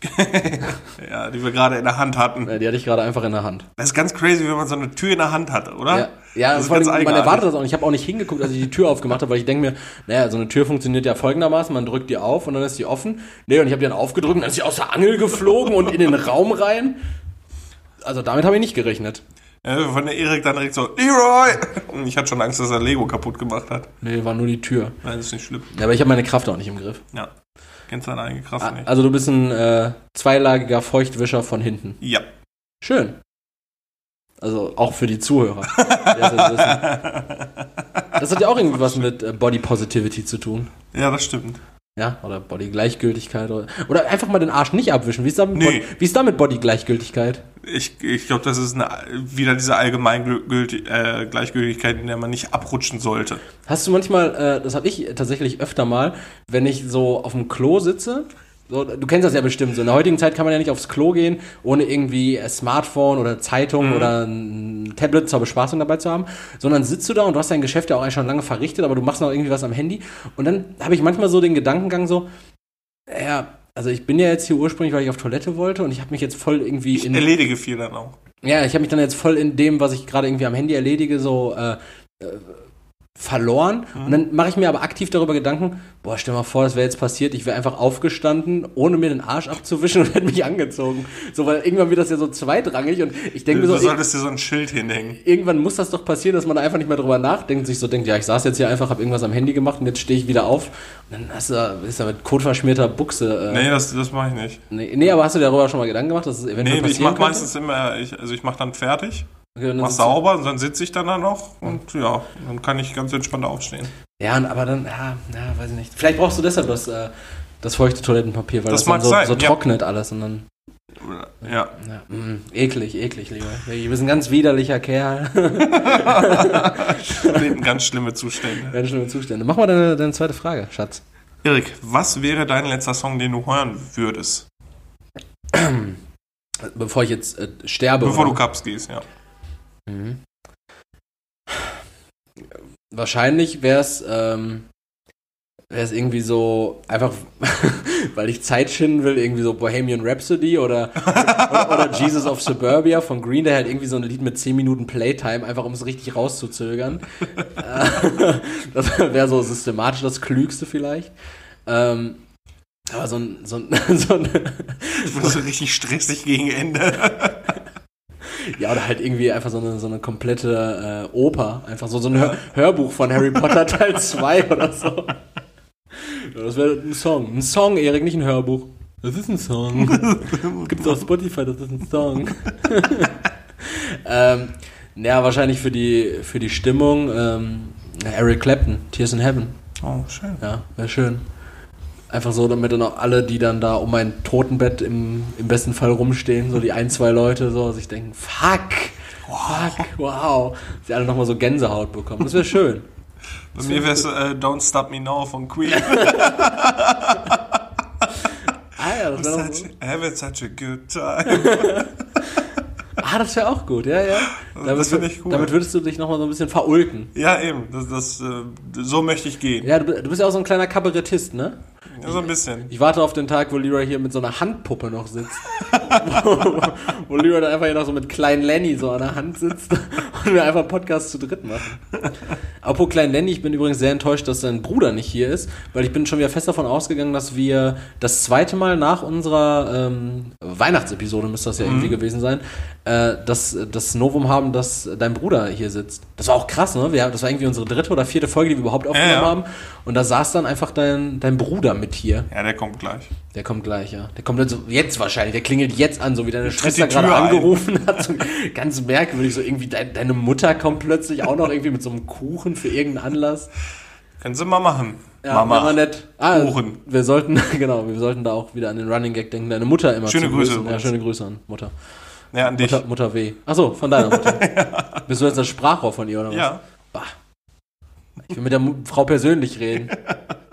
Ja, die wir gerade in der Hand hatten.
Ja, die hatte ich gerade einfach in der Hand.
Das ist ganz crazy, wenn man so eine Tür in der Hand hat, oder?
Ja, ja,
das ist
vor allem,
ganz
man
eigenartig.
erwartet das auch nicht. Ich habe auch nicht hingeguckt, als ich die Tür aufgemacht habe, weil ich denke mir, naja, so eine Tür funktioniert ja folgendermaßen, man drückt die auf und dann ist die offen. Nee, und ich habe die dann aufgedrückt und dann ist sie aus der Angel geflogen und in den Raum rein. Also damit habe ich nicht gerechnet.
Ja, von der Erik dann direkt so, Leroy! Und ich hatte schon Angst, dass er Lego kaputt gemacht hat.
Nee, war nur die Tür.
Nein, das ist nicht schlimm.
Ja, aber ich habe meine Kraft auch nicht im Griff.
Ja. Kennst deine eigene Kraft
Ah,
nicht.
also du bist ein äh, zweilagiger Feuchtwischer von hinten.
Ja.
Schön. Also auch für die Zuhörer. Das, wissen. Das hat ja auch irgendwie was mit äh, Body Positivity zu tun.
Ja, das stimmt.
Ja, oder Body-Gleichgültigkeit. Oder, oder einfach mal den Arsch nicht abwischen. Wie ist da mit,
Nee.
Body, wie ist da mit Body-Gleichgültigkeit?
Ich, ich glaube, das ist eine, wieder diese Allgemeingültig, äh, Gleichgültigkeit, in der man nicht abrutschen sollte.
Hast du manchmal, äh, das habe ich tatsächlich öfter mal, wenn ich so auf dem Klo sitze, so, du kennst das ja bestimmt so, in der heutigen Zeit kann man ja nicht aufs Klo gehen, ohne irgendwie ein Smartphone oder Zeitung mhm. oder ein Tablet zur Bespaßung dabei zu haben, sondern sitzt du da und du hast dein Geschäft ja auch eigentlich schon lange verrichtet, aber du machst noch irgendwie was am Handy und dann habe ich manchmal so den Gedankengang so, ja, also ich bin ja jetzt hier ursprünglich, weil ich auf Toilette wollte und ich habe mich jetzt voll irgendwie
ich
in...
Ich erledige viel dann auch.
Ja, ich habe mich dann jetzt voll in dem, was ich gerade irgendwie am Handy erledige, so äh, äh, verloren. Mhm. Und dann mache ich mir aber aktiv darüber Gedanken, boah, stell mal vor, das wäre jetzt passiert, ich wäre einfach aufgestanden, ohne mir den Arsch abzuwischen und hätte mich angezogen. So, weil irgendwann wird das ja so zweitrangig und ich denke mir so...
Du solltest dir so ein Schild hinhängen.
Irgendwann muss das doch passieren, dass man da einfach nicht mehr drüber nachdenkt, sich so denkt, ja, ich saß jetzt hier einfach, habe irgendwas am Handy gemacht und jetzt stehe ich wieder auf und dann hast du, ist da mit kotverschmierter Buchse... Äh,
nee, das, das mache ich nicht.
Nee, nee, aber hast du dir darüber schon mal Gedanken gemacht, dass es eventuell
nee,
passieren
ich mache
könnte?
meistens immer, ich, also ich mache dann fertig.
Okay,
mach sauber und dann sitze ich dann da noch und ja, dann kann ich ganz entspannt aufstehen.
Ja, aber dann, ja, ja, weiß ich nicht. Vielleicht brauchst du deshalb das, äh, das feuchte Toilettenpapier, weil das,
das
dann so,
sein,
so
ja.
trocknet alles und dann...
Ja.
ja mh, eklig, eklig, lieber. Du bist ein ganz widerlicher Kerl.
Ganz schlimme Zustände.
Ganz schlimme Zustände. Mach mal deine, deine zweite Frage, Schatz.
Erik, was wäre dein letzter Song, den du hören würdest?
Bevor ich jetzt äh, sterbe.
Bevor
oder?
du Cups gehst, ja.
Mhm. Wahrscheinlich wäre es ähm, wäre es irgendwie so einfach, weil ich Zeit schinden will, irgendwie so Bohemian Rhapsody oder, oder, oder Jesus of Suburbia von Green Day, halt irgendwie so ein Lied mit zehn Minuten Playtime, einfach um es richtig rauszuzögern. Das wäre so systematisch das Klügste vielleicht. Ähm, aber so ein, so ein, so ein
Ich bin so richtig stressig gegen Ende.
Ja, oder halt irgendwie einfach so eine, so eine komplette äh, Oper. Einfach so, so ein Hör- Hörbuch von Harry Potter Teil zwei oder so. Ja, das wäre ein Song. Ein Song, Erik, nicht ein Hörbuch. Das ist ein Song. Gibt's auf Spotify, das ist ein Song. ähm, ja, wahrscheinlich für die, für die Stimmung ähm, Eric Clapton, Tears in Heaven.
Oh, schön.
Ja, wäre schön. Einfach so, damit dann auch alle, die dann da um mein Totenbett im, im besten Fall rumstehen, so die ein, zwei Leute, so sich denken, fuck, wow. fuck, wow. Sie alle nochmal so Gänsehaut bekommen. Das wäre schön.
Bei mir wäre es äh, Don't Stop Me Now von Queen.
Ah ja, das wäre
such, Having such a good time.
Ah, das wäre auch gut, ja, ja. Damit,
das finde ich cool.
Damit würdest du dich nochmal so ein bisschen verulken.
Ja, eben. Das, das, äh, so möchte ich gehen.
Ja, du, du bist ja auch so ein kleiner Kabarettist, ne?
Ja, so ein bisschen.
Ich warte auf den Tag, wo Leroy hier mit so einer Handpuppe noch sitzt. wo, wo Leroy dann einfach hier noch so mit kleinen Lenny so an der Hand sitzt und wir einfach einen Podcast zu dritt machen. Apropos kleinen Lenny, ich bin übrigens sehr enttäuscht, dass sein Bruder nicht hier ist, weil ich bin schon wieder fest davon ausgegangen, dass wir das zweite Mal nach unserer ähm, Weihnachtsepisode, müsste das ja mhm. irgendwie gewesen sein, äh, das, das Novum haben, dass dein Bruder hier sitzt. Das war auch krass, ne? Wir, das war irgendwie unsere dritte oder vierte Folge, die wir überhaupt aufgenommen ja, ja. haben. Und da saß dann einfach dein, dein Bruder mit hier.
Ja, der kommt gleich.
Der kommt gleich, ja. Der kommt jetzt, jetzt wahrscheinlich. Der klingelt jetzt an, so wie deine Schwester gerade angerufen hat. So ganz merkwürdig, so irgendwie dein, deine Mutter kommt plötzlich auch noch irgendwie mit so einem Kuchen für irgendeinen Anlass.
Können Sie mal machen.
Ja,
Mama.
War nett. Ah,
Kuchen.
Wir sollten, genau, wir sollten da auch wieder an den Running Gag denken. Deine Mutter immer
schöne
zu
Grüße.
grüßen. Ja, schöne Grüße an Mutter.
Ja, an dich.
Mutter, Mutter W. Achso, von deiner Mutter. Ja. Bist du jetzt das Sprachrohr von ihr, oder was?
Ja.
Bah. Ich will mit der Mu- Frau persönlich reden.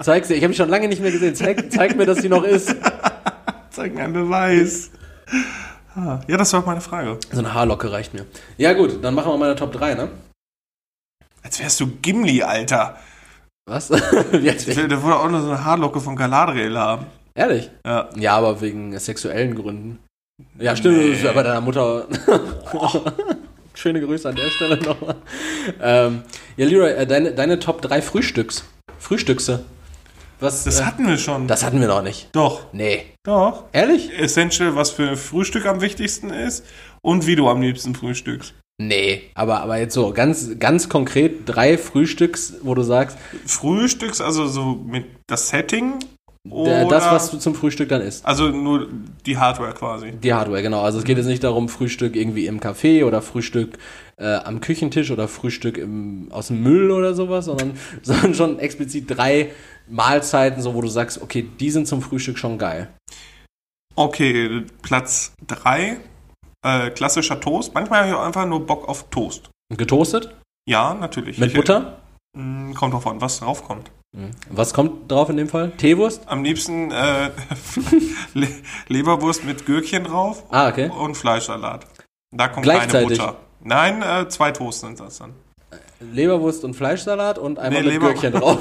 Zeig sie, ich habe mich schon lange nicht mehr gesehen. Zeig, zeig mir, dass sie noch ist.
Zeig mir einen Beweis. Ja, das war auch meine Frage.
So eine Haarlocke reicht mir. Ja gut, dann machen wir mal eine Top drei, ne?
Als wärst du Gimli, Alter.
Was? Wie
ich will, der würde auch nur so eine Haarlocke von Galadriel haben.
Ehrlich?
Ja.
Ja, aber wegen sexuellen Gründen. Ja, stimmt, nee. Das ist bei deiner Mutter. Schöne Grüße an der Stelle nochmal. Ähm, ja, Leroy, äh, deine, deine Top drei Frühstücks. Frühstückse. Was,
das
äh,
hatten wir schon.
Das hatten wir noch nicht.
Doch.
Nee.
Doch.
Ehrlich?
Essential, was für Frühstück am wichtigsten ist und wie du am liebsten frühstückst.
Nee, aber, aber jetzt so ganz, ganz konkret drei Frühstücks, wo du sagst...
Frühstücks, also so mit das Setting... Oder
das, was du zum Frühstück dann isst.
Also nur die Hardware quasi.
Die Hardware, genau. Also es geht jetzt nicht darum, Frühstück irgendwie im Café oder Frühstück äh, am Küchentisch oder Frühstück im, aus dem Müll oder sowas, sondern, sondern schon explizit drei Mahlzeiten, so wo du sagst, okay, die sind zum Frühstück schon geil.
Okay, Platz drei, äh, klassischer Toast. Manchmal habe ich auch einfach nur Bock auf Toast.
Getoastet?
Ja, natürlich.
Mit
ich,
Butter?
Mh, kommt drauf an, was drauf kommt.
Was kommt drauf in dem Fall? Teewurst?
Am liebsten äh, Le- Leberwurst mit Gürkchen drauf
ah, okay.
und Fleischsalat. Da kommt
Gleichzeitig?
keine Butter. Nein, äh, zwei Toast sind das dann.
Leberwurst und Fleischsalat und einmal
nee,
mit
Leber-
Gürkchen drauf.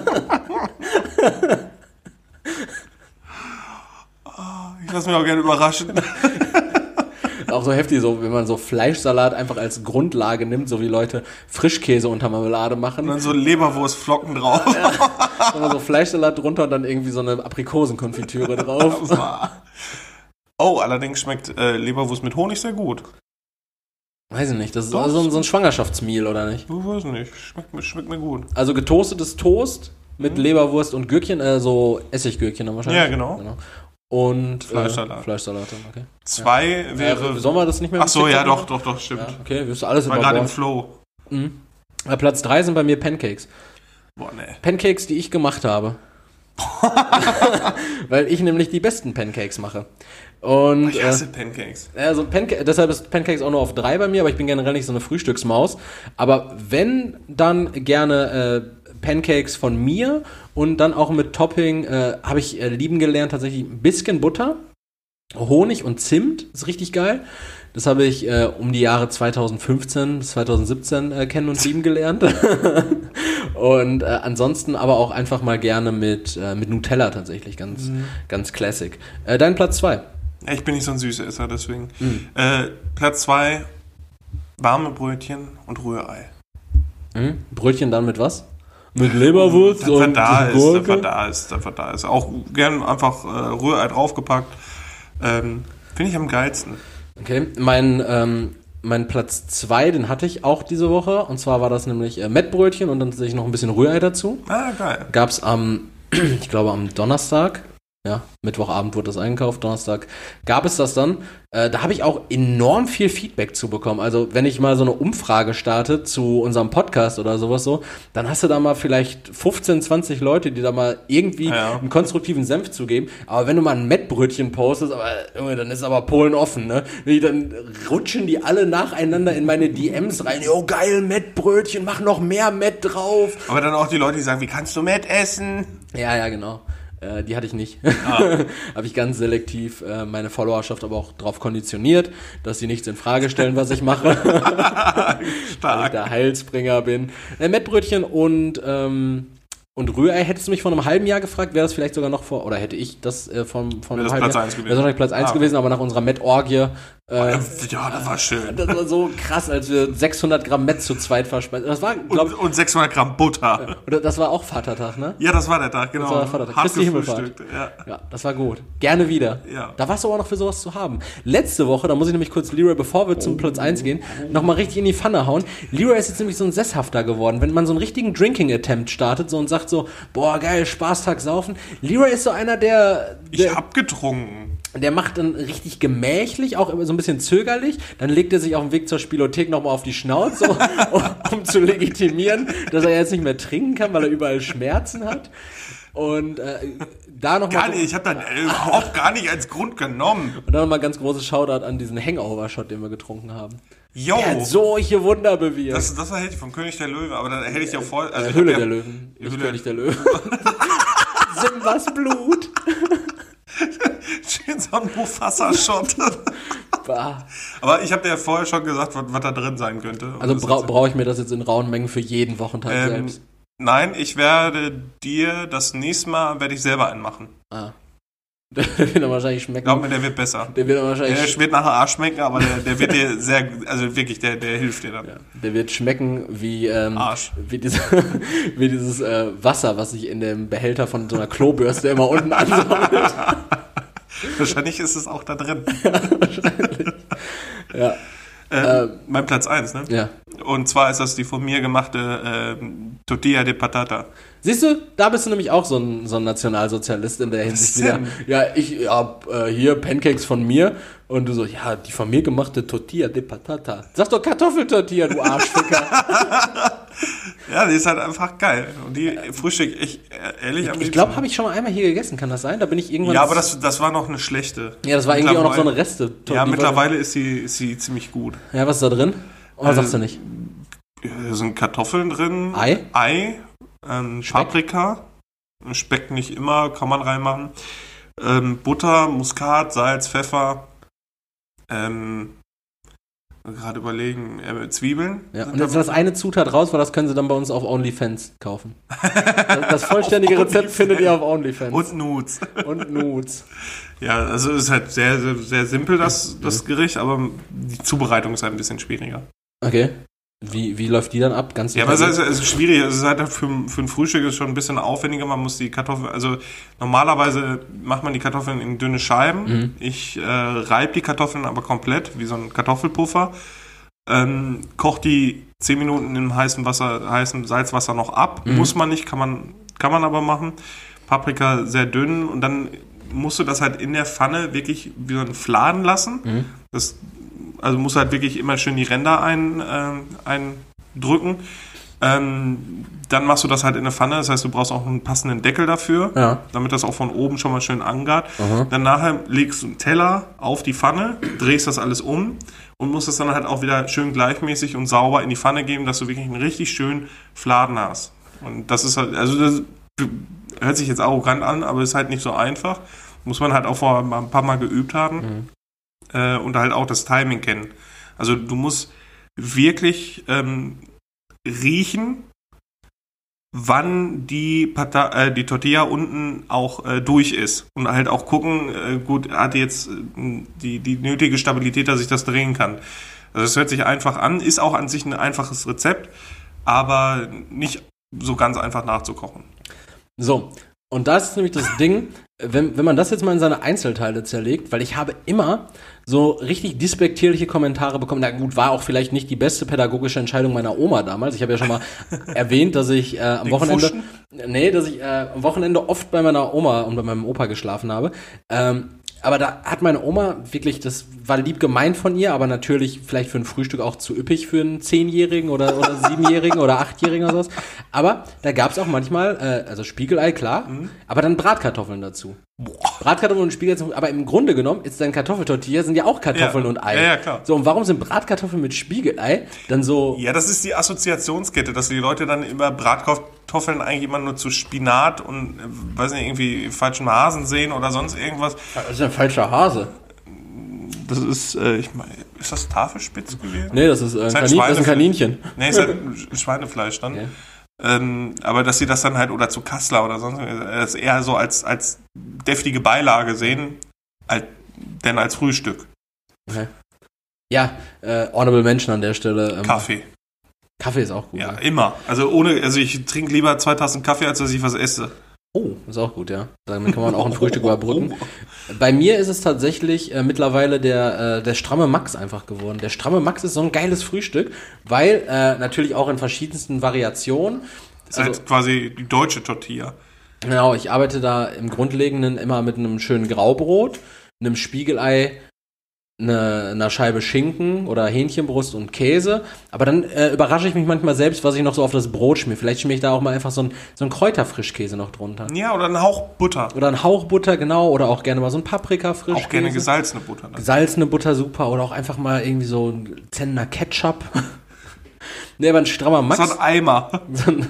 Ich lasse mich auch gerne überraschen.
Auch so heftig, so wenn man so Fleischsalat einfach als Grundlage nimmt, so wie Leute Frischkäse unter Marmelade machen.
Und dann so Leberwurstflocken drauf.
Ja. Und so Fleischsalat drunter und dann irgendwie so eine Aprikosenkonfitüre drauf.
Oh, allerdings schmeckt äh, Leberwurst mit Honig sehr gut.
Weiß ich nicht, das ist
Doch.
also so ein Schwangerschaftsmeal, oder nicht?
Ich weiß nicht, schmeckt, mir- schmeckt mir gut.
Also getoastetes Toast mit
Mhm.
Leberwurst und Gürkchen, äh, so Essiggürkchen dann wahrscheinlich.
Ja, genau.
genau. Und
Fleischsalat.
Äh, Fleischsalat, dann, okay.
Zwei wäre...
Äh, sollen wir das nicht mehr
Ach so, ja,
mitgekriegt
doch,
haben?
doch, doch, stimmt.
Ja, okay, wirst du alles
Ich war
über
gerade im
Bord.
Flow.
Mhm. Äh, Platz drei sind bei mir Pancakes.
Boah, nee.
Pancakes, die ich gemacht habe. Weil ich nämlich die besten Pancakes mache. Und,
Ich hasse
äh,
Pancakes.
also Panca- deshalb ist Pancakes auch nur auf drei bei mir, aber ich bin generell nicht so eine Frühstücksmaus. Aber wenn, dann gerne äh, Pancakes von mir und dann auch mit Topping äh, habe ich äh, lieben gelernt, tatsächlich ein bisschen Butter, Honig und Zimt, ist richtig geil. Das habe ich äh, um die Jahre zweitausendfünfzehn bis zweitausendsiebzehn äh, kennen und lieben gelernt. Und äh, ansonsten aber auch einfach mal gerne mit, äh, mit Nutella tatsächlich, ganz,
Mhm.
ganz classic. Äh, dein Platz zwei.
Ja, ich bin nicht so ein Süßesser, deswegen.
Mhm.
Äh, Platz zwei, warme Brötchen und Rührei.
Mhm. Brötchen dann mit was? Mit Leberwurst
Das,
und
was da ist, das,
Gurke?
was da ist, das, was da ist. Auch gern einfach äh, Rührei draufgepackt. Ähm, Finde ich am geilsten.
Okay, mein, ähm, mein Platz zwei, den hatte ich auch diese Woche. Und zwar war das nämlich äh, Mettbrötchen und dann tatsächlich noch ein bisschen Rührei dazu.
Ah, geil.
Gab's am, ich glaube am Donnerstag, ja, Mittwochabend wurde das eingekauft, Donnerstag gab es das dann. Äh, da habe ich auch enorm viel Feedback zu bekommen. Also wenn ich mal so eine Umfrage starte zu unserem Podcast oder sowas so, dann hast du da mal vielleicht fünfzehn, zwanzig Leute, die da mal irgendwie
Ja.
einen konstruktiven Senf zugeben. Aber wenn du mal ein Mettbrötchen postest, aber, Junge, dann ist aber Polen offen, ne? Dann rutschen die alle nacheinander in meine D Ms rein. Jo, geil, Mettbrötchen, mach noch mehr Mett drauf.
Aber dann auch die Leute, die sagen, wie kannst du Met essen?
Ja, ja, genau. Äh, die hatte ich nicht.
Ah.
Habe ich ganz selektiv äh, meine Followerschaft aber auch darauf konditioniert, dass sie nichts in Frage stellen, was ich mache. Weil ich
Stark.
der Heilsbringer bin. Äh, Mettbrötchen und, ähm, und Rührei. Hättest du mich vor einem halben Jahr gefragt, wäre das vielleicht sogar noch vor, oder hätte ich das äh, von, von
Wäre das
einem halben
Platz
Jahr,
eins gewesen?
wäre das wahrscheinlich Platz eins
Ah.
gewesen, aber nach unserer Met-Orgie, äh,
Ja, das war schön.
das war so krass, als wir sechshundert Gramm Met zu zweit verspeisen. Das war,
Und,
glaub,
und sechshundert Gramm Butter.
oder das war auch Vatertag, ne?
Ja, das war der Tag, genau.
Das war Vatertag.
Hart
Christi Himmelfahrt.
gefrühstückt, ja.
Ja, das war gut. Gerne wieder.
Ja.
Da warst du aber noch für sowas zu haben. Letzte Woche, da muss ich nämlich kurz Leroy, bevor wir zum Platz eins gehen, nochmal richtig in die Pfanne hauen. Leroy ist jetzt nämlich so ein Sesshafter geworden. Wenn man so einen richtigen Drinking-Attempt startet so und sagt so, boah, geil, Spaßtag saufen. Leroy ist so einer, der...
Ich
der
hab getrunken.
Der macht dann richtig gemächlich, auch immer so ein bisschen zögerlich. Dann legt er sich auf dem Weg zur Spielothek nochmal auf die Schnauze, um, um zu legitimieren, dass er jetzt nicht mehr trinken kann, weil er überall Schmerzen hat. Und äh, da nochmal...
Gar nicht, ich hab dann äh, überhaupt gar nicht als Grund genommen.
Und dann nochmal ganz großes Shoutout an diesen Hangover-Shot, den wir getrunken haben.
Yo,
Der hat solche Wunder bewirkt.
das, das war hätte ich vom König der Löwen, aber dann hätte ich ja voll... Also
äh,
ich
Höhle
hab
der
ja,
Löwen, nicht
Höhle-
König der Löwen. Simbas Blut.
Schön so ein Mufasa-Shot.
Bah.
Aber ich habe dir ja vorher schon gesagt, was, was da drin sein könnte. Und
Also
das
bra-
ist-
brauche ich mir das jetzt in rauen Mengen für jeden Wochentag
ähm,
selbst?
Nein, ich werde dir das nächste Mal werde ich selber einen machen.
Ah. Der wird dann wahrscheinlich schmecken.
Glaub mir, der wird besser.
Der wird dann wahrscheinlich
Der wird nachher Arsch schmecken, aber der, der wird dir sehr, also wirklich, der, der hilft dir dann.
Ja, der wird schmecken wie, ähm,
Arsch.
wie, diese, wie dieses äh, Wasser, was sich in dem Behälter von so einer Klobürste immer unten ansammelt.
Wahrscheinlich ist es auch da drin.
Wahrscheinlich. Ja.
Ähm,
Ähm,
mein Platz eins, ne?
Ja.
Und zwar ist das die von mir gemachte ähm, Tortilla de Patata.
Siehst du, da bist du nämlich auch so ein, so ein Nationalsozialist in der Hinsicht wieder.
denn?
Ja, ich hab äh, hier Pancakes von mir und du so, ja, die von mir gemachte Tortilla de Patata. Sag doch Kartoffeltortilla, du Arschficker.
Ja, die ist halt einfach geil. Und die Frühstück, ich äh, ehrlich am
Ich
liebsten.
glaube, habe ich schon mal einmal hier gegessen, kann das sein? Da bin ich irgendwann...
Ja, aber das, das war noch eine schlechte.
Ja, das war irgendwie auch noch so eine
Mittlerweile-
Reste.
Ja,
Die
mittlerweile ist sie, ist sie ziemlich gut.
wollte- Ja, was ist da drin? Oder
Äh,
sagst du nicht?
Da sind Kartoffeln drin.
Ei?
Ei. Ähm,
Speck?
Paprika. Speck nicht immer, kann man reinmachen. Ähm, Butter, Muskat, Salz, Pfeffer. Ähm, gerade überlegen, äh, Zwiebeln.
Ja,
sind
und jetzt
da-
lass eine Zutat raus, weil das können sie dann bei uns auf OnlyFans kaufen. Das, das vollständige
Auf
Rezept findet ihr auf OnlyFans.
Und Nudes.
Und Nudes.
Ja, also es ist halt sehr, sehr, sehr simpel, das, das Gericht, aber die Zubereitung ist halt ein bisschen schwieriger.
Okay. Wie, wie läuft die dann ab? Ganz
Ja, aber es
detailliert?
ist, es ist schwierig. Es ist halt für, für ein Frühstück ist schon ein bisschen aufwendiger. Man muss die Kartoffeln, also normalerweise macht man die Kartoffeln in dünne Scheiben.
Mhm.
Ich äh, reibe die Kartoffeln aber komplett, wie so ein Kartoffelpuffer. Ähm, koch die zehn Minuten im heißen Wasser, heißen Salzwasser noch ab.
Mhm.
Muss man nicht, kann man, kann man aber machen. Paprika sehr dünn und dann musst du das halt in der Pfanne wirklich wie so ein Fladen lassen.
Mhm.
Das, also musst du halt wirklich immer schön die Ränder ein, ähm, eindrücken. Ähm, dann machst du das halt in der Pfanne, das heißt, du brauchst auch einen passenden Deckel dafür,
Ja.
damit das auch von oben schon mal schön angart.
Aha.
Dann nachher legst du einen Teller auf die Pfanne, drehst das alles um und musst es dann halt auch wieder schön gleichmäßig und sauber in die Pfanne geben, dass du wirklich einen richtig schönen Fladen hast. Und das ist halt, also das hört sich jetzt arrogant an, aber ist halt nicht so einfach. Muss man halt auch vor ein paar Mal geübt haben.
Mhm.
Äh, und halt auch das Timing kennen. Also du musst wirklich ähm, riechen, wann die, Pata äh, die Tortilla unten auch äh, durch ist. Und halt auch gucken, äh, gut, hat die jetzt äh, die, die nötige Stabilität, dass ich das drehen kann. Also es hört sich einfach an, ist auch an sich ein einfaches Rezept, aber nicht so ganz einfach nachzukochen.
So, und das ist nämlich das Ding, wenn, wenn man das jetzt mal in seine Einzelteile zerlegt, weil ich habe immer so richtig despektierliche Kommentare bekommen. Na gut, war auch vielleicht nicht die beste pädagogische Entscheidung meiner Oma damals. Ich habe ja schon mal erwähnt, dass ich äh, am
Den
Wochenende,
Pfuschen?
nee, dass ich äh, am Wochenende oft bei meiner Oma und bei meinem Opa geschlafen habe. Ähm, aber da hat meine Oma wirklich, das war lieb gemeint von ihr, aber natürlich vielleicht für ein Frühstück auch zu üppig für einen Zehnjährigen oder, oder Siebenjährigen oder Achtjährigen oder sowas. Aber da gab es auch manchmal, äh, also Spiegelei, klar,
Mhm.
aber dann Bratkartoffeln dazu. Bratkartoffeln und Spiegelei, aber im Grunde genommen ist dein Kartoffeltortilla sind ja auch Kartoffeln
Ja.
und Ei.
Ja, ja, klar.
So, und warum sind Bratkartoffeln mit Spiegelei dann so...
Ja, das ist die Assoziationskette, dass die Leute dann immer Bratkartoffeln eigentlich immer nur zu Spinat und, äh, weiß nicht, irgendwie falschen Hasen sehen oder sonst irgendwas.
Das ist ein falscher Hase.
Das ist, äh, ich meine, ist das Tafelspitz gewesen?
Nee, das ist, äh, ein,
Ist ein
Kanin, das ist ein
Schweinefleisch.
Kaninchen.
Nee, ist halt Schweinefleisch dann.
Okay.
Ähm, aber dass sie das dann halt, oder zu Kassler oder sonst, das eher so als, als deftige Beilage sehen, als, denn als Frühstück.
Okay. Ja, äh, Honorable Mention an der Stelle. Ähm,
Kaffee.
Kaffee ist auch gut.
Ja,
Ja.
immer. Also ohne, also ich trinke lieber zwei Tassen Kaffee, als dass ich was esse.
Oh, ist auch gut, ja. Damit kann man auch ein Frühstück überbrücken. Bei mir ist es tatsächlich äh, mittlerweile der, äh, der stramme Max einfach geworden. Der stramme Max ist so ein geiles Frühstück, weil äh, natürlich auch in verschiedensten Variationen.
Das ist halt quasi die deutsche Tortilla.
Genau, ich arbeite da im Grundlegenden immer mit einem schönen Graubrot, einem Spiegelei, eine, einer Scheibe Schinken oder Hähnchenbrust und Käse. Aber dann äh, überrasche ich mich manchmal selbst, was ich noch so auf das Brot schmier. Vielleicht schmier ich da auch mal einfach so ein, so ein Kräuterfrischkäse noch drunter.
Ja, oder ein Hauch Butter.
Oder ein Hauch Butter, genau. Oder auch gerne mal so ein Paprika-Frischkäse.
Auch gerne gesalzene Butter. Ne?
Gesalzene Butter, super. Oder auch einfach mal irgendwie so ein Zenner Ketchup. Nee, aber ein strammer Max.
So ein Eimer.
So ein,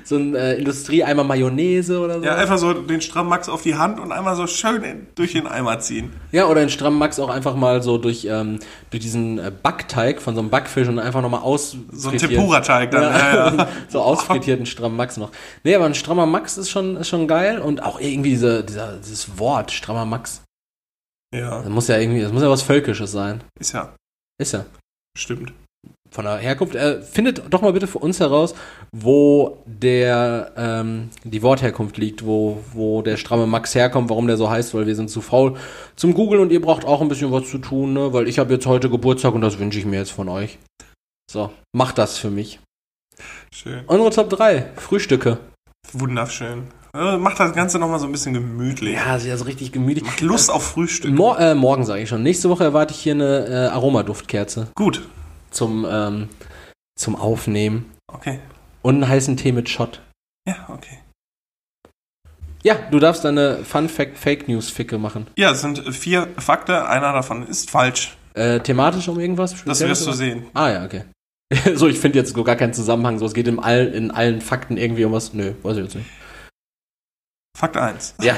so ein äh, Industrieeimer Mayonnaise oder so.
Ja, einfach so den strammen Max auf die Hand und einmal so schön in, durch den Eimer ziehen.
Ja, oder den strammen Max auch einfach mal so durch, ähm, durch diesen äh, Backteig von so einem Backfisch und einfach nochmal aus.
So ein Tempura-Teig dann.
Ja,
Ja, ja.
so ausfrittierten strammen Max noch. Nee, aber ein strammer Max ist schon, ist schon geil und auch irgendwie diese, dieser, dieses Wort, strammer Max.
Ja.
Das muss ja irgendwie, das muss ja was Völkisches sein.
Ist ja.
Ist ja.
Stimmt.
Von der Herkunft, äh, findet doch mal bitte für uns heraus, wo der, ähm, die Wortherkunft liegt, wo, wo der stramme Max herkommt, warum der so heißt, weil wir sind zu faul zum Googeln und ihr braucht auch ein bisschen was zu tun, ne? Weil ich habe jetzt heute Geburtstag und das wünsche ich mir jetzt von euch. So, macht das für mich.
Schön.
Unsere Top drei Frühstücke.
Wunderschön. Äh, macht das Ganze nochmal so ein bisschen gemütlich.
Ja, ist ja so richtig gemütlich.
Macht Lust auf Frühstück.
Mor- äh, morgen sage ich schon. Nächste Woche erwarte ich hier eine äh, Aromaduftkerze
Gut.
zum, ähm, zum Aufnehmen.
Okay.
Und einen heißen Tee mit Shot.
Ja, okay.
Ja, du darfst deine Fun Fact Fake News Ficke machen.
Ja, es sind vier Fakten. Einer davon ist falsch.
Äh, thematisch um irgendwas?
Das
Spezielles
wirst du
oder?
sehen.
Ah ja, okay. So, ich finde jetzt so gar keinen Zusammenhang. So, es geht in, all, in allen Fakten irgendwie um was. Nö, weiß ich jetzt nicht.
Fakt eins.
Ja.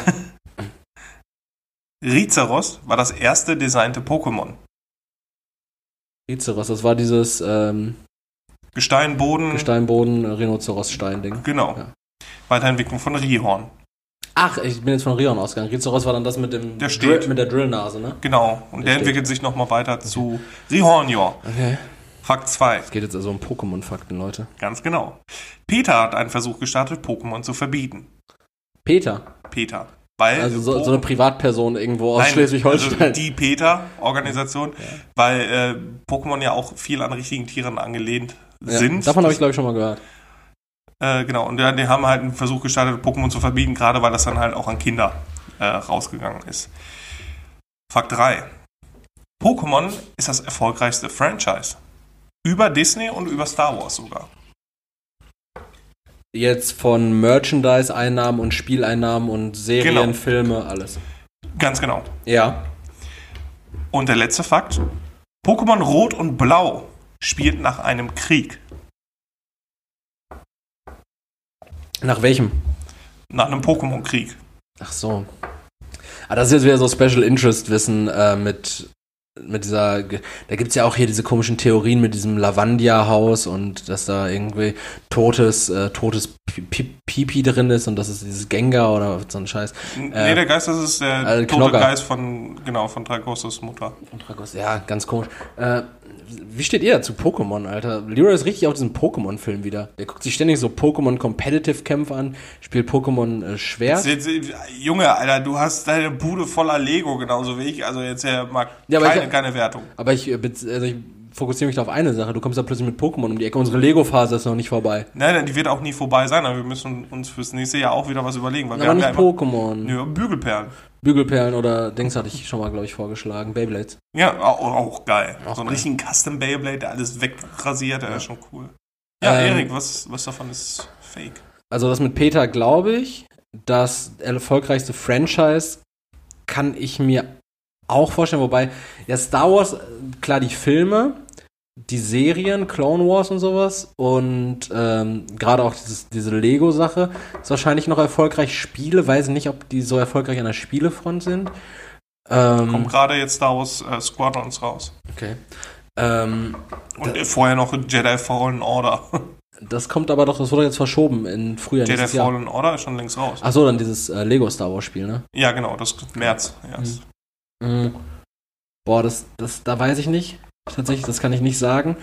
Rizeros war das erste designte Pokémon.
Rizeros, das war dieses ähm,
Gestein, Boden.
Gesteinboden, Rhinoceros-Stein-Ding.
Genau.
Ja.
Weiterentwicklung von Rihorn.
Ach, ich bin jetzt von Rion ausgegangen. Rizeros war dann das mit dem
Der steht.
Drill, mit der Drillnase, ne?
Genau. Und
Der
der
steht.
entwickelt sich nochmal weiter zu Rihornjor.
Okay.
Fakt zwei.
Es geht jetzt also um Pokémon-Fakten, Leute.
Ganz genau. Peter hat einen Versuch gestartet, Pokémon zu verbieten.
Peter.
Peter. Weil
Also so,
Po-
so eine Privatperson irgendwo aus
Nein,
Schleswig-Holstein.
Also die Peter-Organisation, weil äh, Pokémon ja auch viel an richtigen Tieren angelehnt
Ja,
sind.
davon habe ich, glaube ich, schon mal gehört.
Äh, genau, und die, die haben halt einen Versuch gestartet, Pokémon zu verbieten, gerade weil das dann halt auch an Kinder äh, rausgegangen ist. Fakt drei. Pokémon ist das erfolgreichste Franchise. Über Disney und über Star Wars sogar.
Jetzt von Merchandise-Einnahmen und Spieleinnahmen und Serien,
Genau.
Filme, alles.
Ganz genau.
Ja.
Und der letzte Fakt. Pokémon Rot und Blau spielt nach einem Krieg.
Nach welchem?
Nach einem Pokémon-Krieg.
Ach so. Ah, das ist jetzt wieder so Special Interest Wissen äh, mit, mit dieser, Ge- da gibt's ja auch hier diese komischen Theorien mit diesem Lavandia-Haus und dass da irgendwie totes, äh, totes Pi- Pi- Pipi drin ist und das ist dieses Gengar oder so ein Scheiß.
nee,
Äh,
der Geist, das ist der
äh,
tote
Knogger.
Geist von, genau, von Dragossos Mutter.
Und Dragos, ja, ganz komisch. Äh, wie steht ihr dazu Pokémon, Alter? Leroy ist richtig auf diesen Pokémon-Film wieder. Der guckt sich ständig so Pokémon-Competitive-Kämpfe an, spielt Pokémon äh, Schwert.
Se- se- Junge, Alter, du hast deine Bude voller Lego, genauso wie ich. Also jetzt ja mal
Ja, aber
keine,
ich-
keine Wertung.
Aber ich, äh, bez- also ich fokussiere mich da auf eine Sache. Du kommst da plötzlich mit Pokémon um die Ecke. Unsere Lego-Phase ist noch nicht vorbei.
Nein, nein, die wird auch nie vorbei sein, aber wir müssen uns fürs nächste Jahr auch wieder was überlegen. Weil wir
Aber
haben
nicht
ja immer,
Pokémon.
Nö, Bügelperlen.
Bügelperlen oder Dings hatte ich schon mal, glaube ich, vorgeschlagen. Beyblades.
Ja, auch, auch geil.
Auch
so einen
geil.
richtigen Custom Beyblade, der alles wegrasiert, der ist schon cool. Ja,
Ähm,
Erik, was, was davon ist fake?
Also das mit Peter glaube ich, das erfolgreichste Franchise kann ich mir auch vorstellen. Wobei, ja, Star Wars, äh, klar, die Filme, die Serien, Clone Wars und sowas und ähm, gerade auch dieses, diese Lego-Sache ist wahrscheinlich noch erfolgreich. Spiele, weiß nicht, ob die so erfolgreich an der Spielefront sind. Ähm,
Kommt gerade jetzt Star Wars äh, Squadrons raus.
okay. Ähm,
Und äh, vorher noch Jedi Fallen Order.
das kommt aber doch, das wurde jetzt verschoben in Frühjahr
Jedi
nächstes Jahr.
Fallen Order ist schon längst raus.
Ach so, dann dieses äh, Lego Star Wars Spiel, ne?
Ja, genau, das ist März erst.
Mhm. Boah, das, das, da weiß ich nicht. Tatsächlich, das kann ich nicht sagen.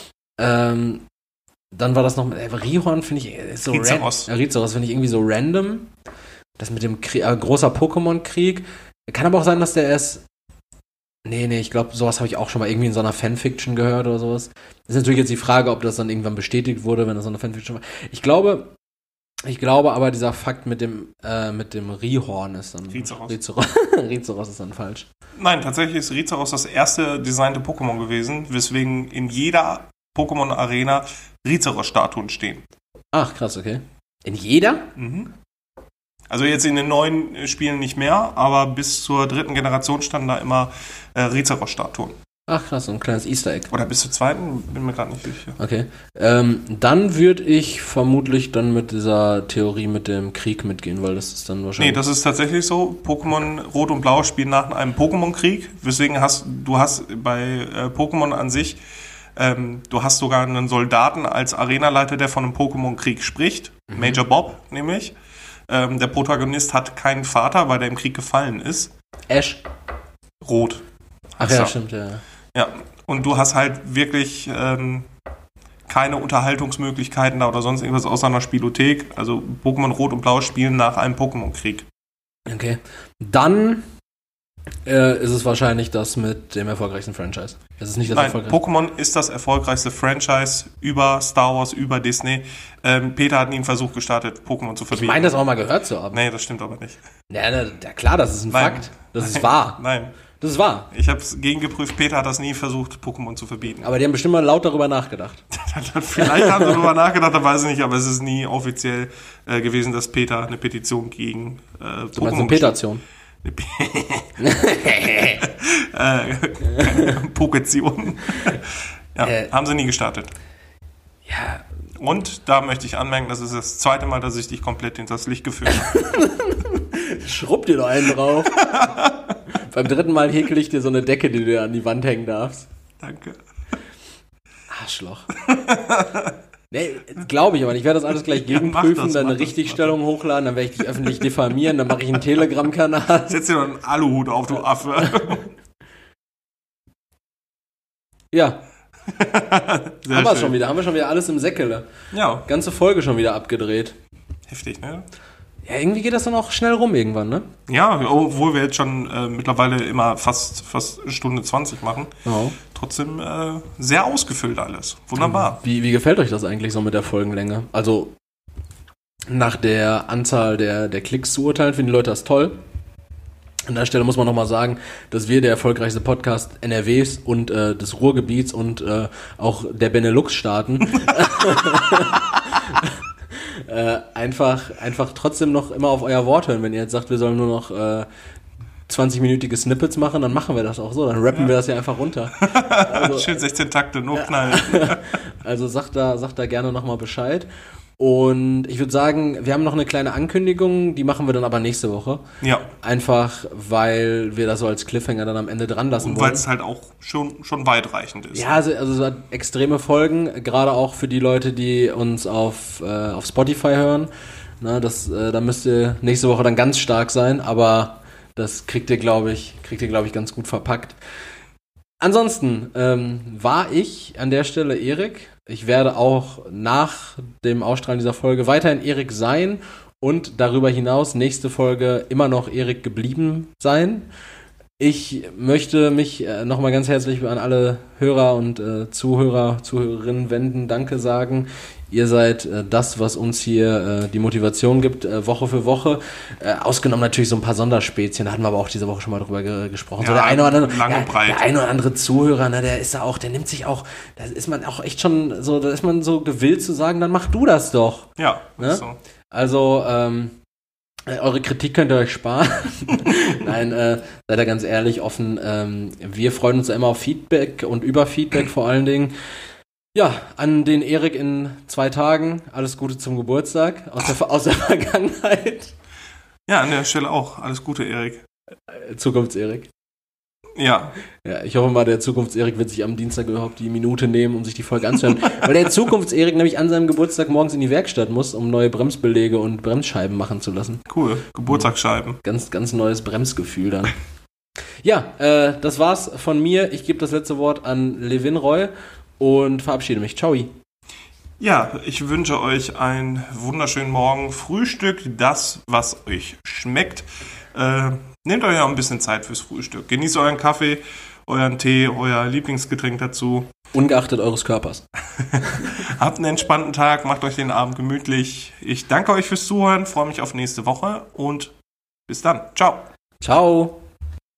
Ähm, dann war das noch mit äh, Rihorn, finde ich, ist so
Rizeros.
ran- äh, Rizeros finde ich irgendwie so random. Das mit dem Krieg, äh, großer Pokémon-Krieg. Kann aber auch sein, dass der erst. Nee, nee, ich glaube, sowas habe ich auch schon mal irgendwie in so einer Fanfiction gehört oder sowas. Das ist natürlich jetzt die Frage, ob das dann irgendwann bestätigt wurde, wenn das so eine Fanfiction war. Ich glaube, ich glaube aber, dieser Fakt mit dem, äh, mit dem Rihorn ist dann.
Rizeros.
Rizeros, Rizeros ist dann falsch.
Nein, tatsächlich ist Rizeros das erste designte Pokémon gewesen, weswegen in jeder Pokémon-Arena Rizeros-Statuen stehen.
Ach, krass, okay. In jeder?
Mhm. Also jetzt in den neuen äh, Spielen nicht mehr, aber bis zur dritten Generation standen da immer äh, Rizeros-Statuen.
Ach krass, so ein kleines Easter Egg.
Oder bis zur zweiten, bin mir gerade nicht sicher.
Okay. Ähm, dann würde ich vermutlich dann mit dieser Theorie mit dem Krieg mitgehen, weil das ist dann wahrscheinlich...
Nee, das ist tatsächlich so. Pokémon Rot und Blau spielen nach einem Pokémon-Krieg. Deswegen hast du hast bei äh, Pokémon an sich, ähm, du hast sogar einen Soldaten als Arenaleiter, der von einem Pokémon-Krieg spricht. Mhm. Major Bob nämlich. Ähm, der Protagonist hat keinen Vater, weil der im Krieg gefallen ist.
Ash.
Rot.
Ach ja, stimmt, ja.
Ja, und du hast halt wirklich ähm, keine Unterhaltungsmöglichkeiten da oder sonst irgendwas außer einer Spielothek. Also Pokémon Rot und Blau spielen nach einem Pokémon-Krieg.
Okay. Dann äh, ist es wahrscheinlich das mit dem erfolgreichsten Franchise. Es ist nicht das
Nein,
erfolgreichste.
Pokémon ist das erfolgreichste Franchise über Star Wars, über Disney. Ähm, Peter hat nie einen Versuch gestartet, Pokémon zu verbieten.
Ich meine, das auch mal gehört zu haben.
Nee, das stimmt aber nicht.
Ja, na, ja klar, das ist ein
Nein.
Fakt. Das
Nein.
ist wahr.
Nein.
Das ist wahr.
Ich habe es gegengeprüft, Peter hat das nie versucht, Pokémon zu verbieten.
Aber die haben bestimmt mal laut darüber nachgedacht.
Vielleicht haben sie darüber nachgedacht, da weiß ich nicht, aber es ist nie offiziell äh, gewesen, dass Peter eine Petition gegen äh, Pokémon...
Du meinst eine Petation?
Eine äh, Pokétion. Ja,
Äh.
haben sie nie gestartet.
Ja.
Und da möchte ich anmerken, das ist das zweite Mal, dass ich dich komplett hinters Licht geführt habe.
Schrubb dir doch einen drauf. Beim dritten Mal häkel ich dir so eine Decke, die du dir an die Wand hängen darfst.
Danke.
Arschloch. Nee, glaube ich aber nicht. Ich werde das alles gleich gegenprüfen,
Ja, mach das,
dann eine
mach das,
Richtigstellung hochladen, dann werde ich dich öffentlich diffamieren, dann mache ich einen Telegram-Kanal.
Setz dir doch einen Aluhut auf, du Affe.
Ja.
Sehr
haben wir
schön.
schon wieder, haben wir schon wieder alles im Säckele.
Ja,
Ganze Folge schon wieder abgedreht.
heftig, ne?
Ja, irgendwie geht das dann auch schnell rum irgendwann, ne?
Ja, obwohl wir jetzt schon äh, mittlerweile immer fast, fast eine Stunde zwanzig machen.
Ja.
Trotzdem äh, sehr ausgefüllt alles. Wunderbar.
Wie, wie gefällt euch das eigentlich so mit der Folgenlänge? Also nach der Anzahl der, der Klicks zu urteilen, finden die Leute das toll. An der Stelle muss man nochmal sagen, dass wir der erfolgreichste Podcast N R Ws und äh, des Ruhrgebiets und äh, auch der Benelux-Staaten äh, einfach, einfach trotzdem noch immer auf euer Wort hören. Wenn ihr jetzt sagt, wir sollen nur noch äh, zwanzig-minütige Snippets machen, dann machen wir das auch so. Dann rappen ja. wir das ja einfach runter. Also,
schön sechzehn Takte, nur knallen.
also sagt da, sagt da gerne nochmal Bescheid. Und ich würde sagen, wir haben noch eine kleine Ankündigung, die machen wir dann aber nächste Woche.
Ja.
Einfach, weil wir das so als Cliffhanger dann am Ende dran lassen
Und
wollen.
weil es halt auch schon, schon weitreichend ist.
Ja, also, also es hat extreme Folgen, gerade auch für die Leute, die uns auf, äh, auf Spotify hören. Na, das, äh, da müsst ihr nächste Woche dann ganz stark sein, aber das kriegt ihr, glaube ich, kriegt ihr, glaube ich, ganz gut verpackt. Ansonsten ähm, war ich an der Stelle Erik. Ich werde auch nach dem Ausstrahlen dieser Folge weiterhin Erik sein und darüber hinaus nächste Folge immer noch Erik geblieben sein. Ich möchte mich äh, nochmal ganz herzlich an alle Hörer und äh, Zuhörer, Zuhörerinnen wenden, Danke sagen. Ihr seid äh, das, was uns hier äh, die Motivation gibt, äh, Woche für Woche. Äh, ausgenommen natürlich so ein paar Sonderspezien, da hatten wir aber auch diese Woche schon mal drüber ge- gesprochen.
Ja,
so der eine oder andere,
lang und
ja,
breit.
der eine oder andere Zuhörer, ne, der ist da auch, der nimmt sich auch, da ist man auch echt schon so, da ist man so gewillt zu sagen, dann mach du das doch.
Ja,
Ne?
so.
Also, ähm, äh, eure Kritik könnt ihr euch sparen. Nein, äh, seid ihr ganz ehrlich, offen. Ähm, wir freuen uns immer auf Feedback und über Feedback vor allen Dingen. Ja, an den Erik in zwei Tagen. Alles Gute zum Geburtstag aus der, aus der Vergangenheit.
Ja, an der Stelle auch. Alles Gute, Erik.
Äh, Zukunfts-Erik.
Ja.
Ja, ich hoffe mal, der Zukunfts-Erik wird sich am Dienstag überhaupt die Minute nehmen, um sich die Folge anzuhören. Weil der Zukunfts-Erik nämlich an seinem Geburtstag morgens in die Werkstatt muss, um neue Bremsbeläge und Bremsscheiben machen zu lassen.
Cool. Geburtstagsscheiben.
Ganz, ganz neues Bremsgefühl dann. Ja, äh, das war's von mir. Ich gebe das letzte Wort an Levin Roy und verabschiede mich. Ciao.
Ja, ich wünsche euch einen wunderschönen Morgen. Frühstück, das, was euch schmeckt. Äh, nehmt euch auch ein bisschen Zeit fürs Frühstück. Genießt euren Kaffee, euren Tee, euer Lieblingsgetränk dazu.
Ungeachtet eures Körpers.
Habt einen entspannten Tag, macht euch den Abend gemütlich. Ich danke euch fürs Zuhören, freue mich auf nächste Woche und bis dann. Ciao.
Ciao.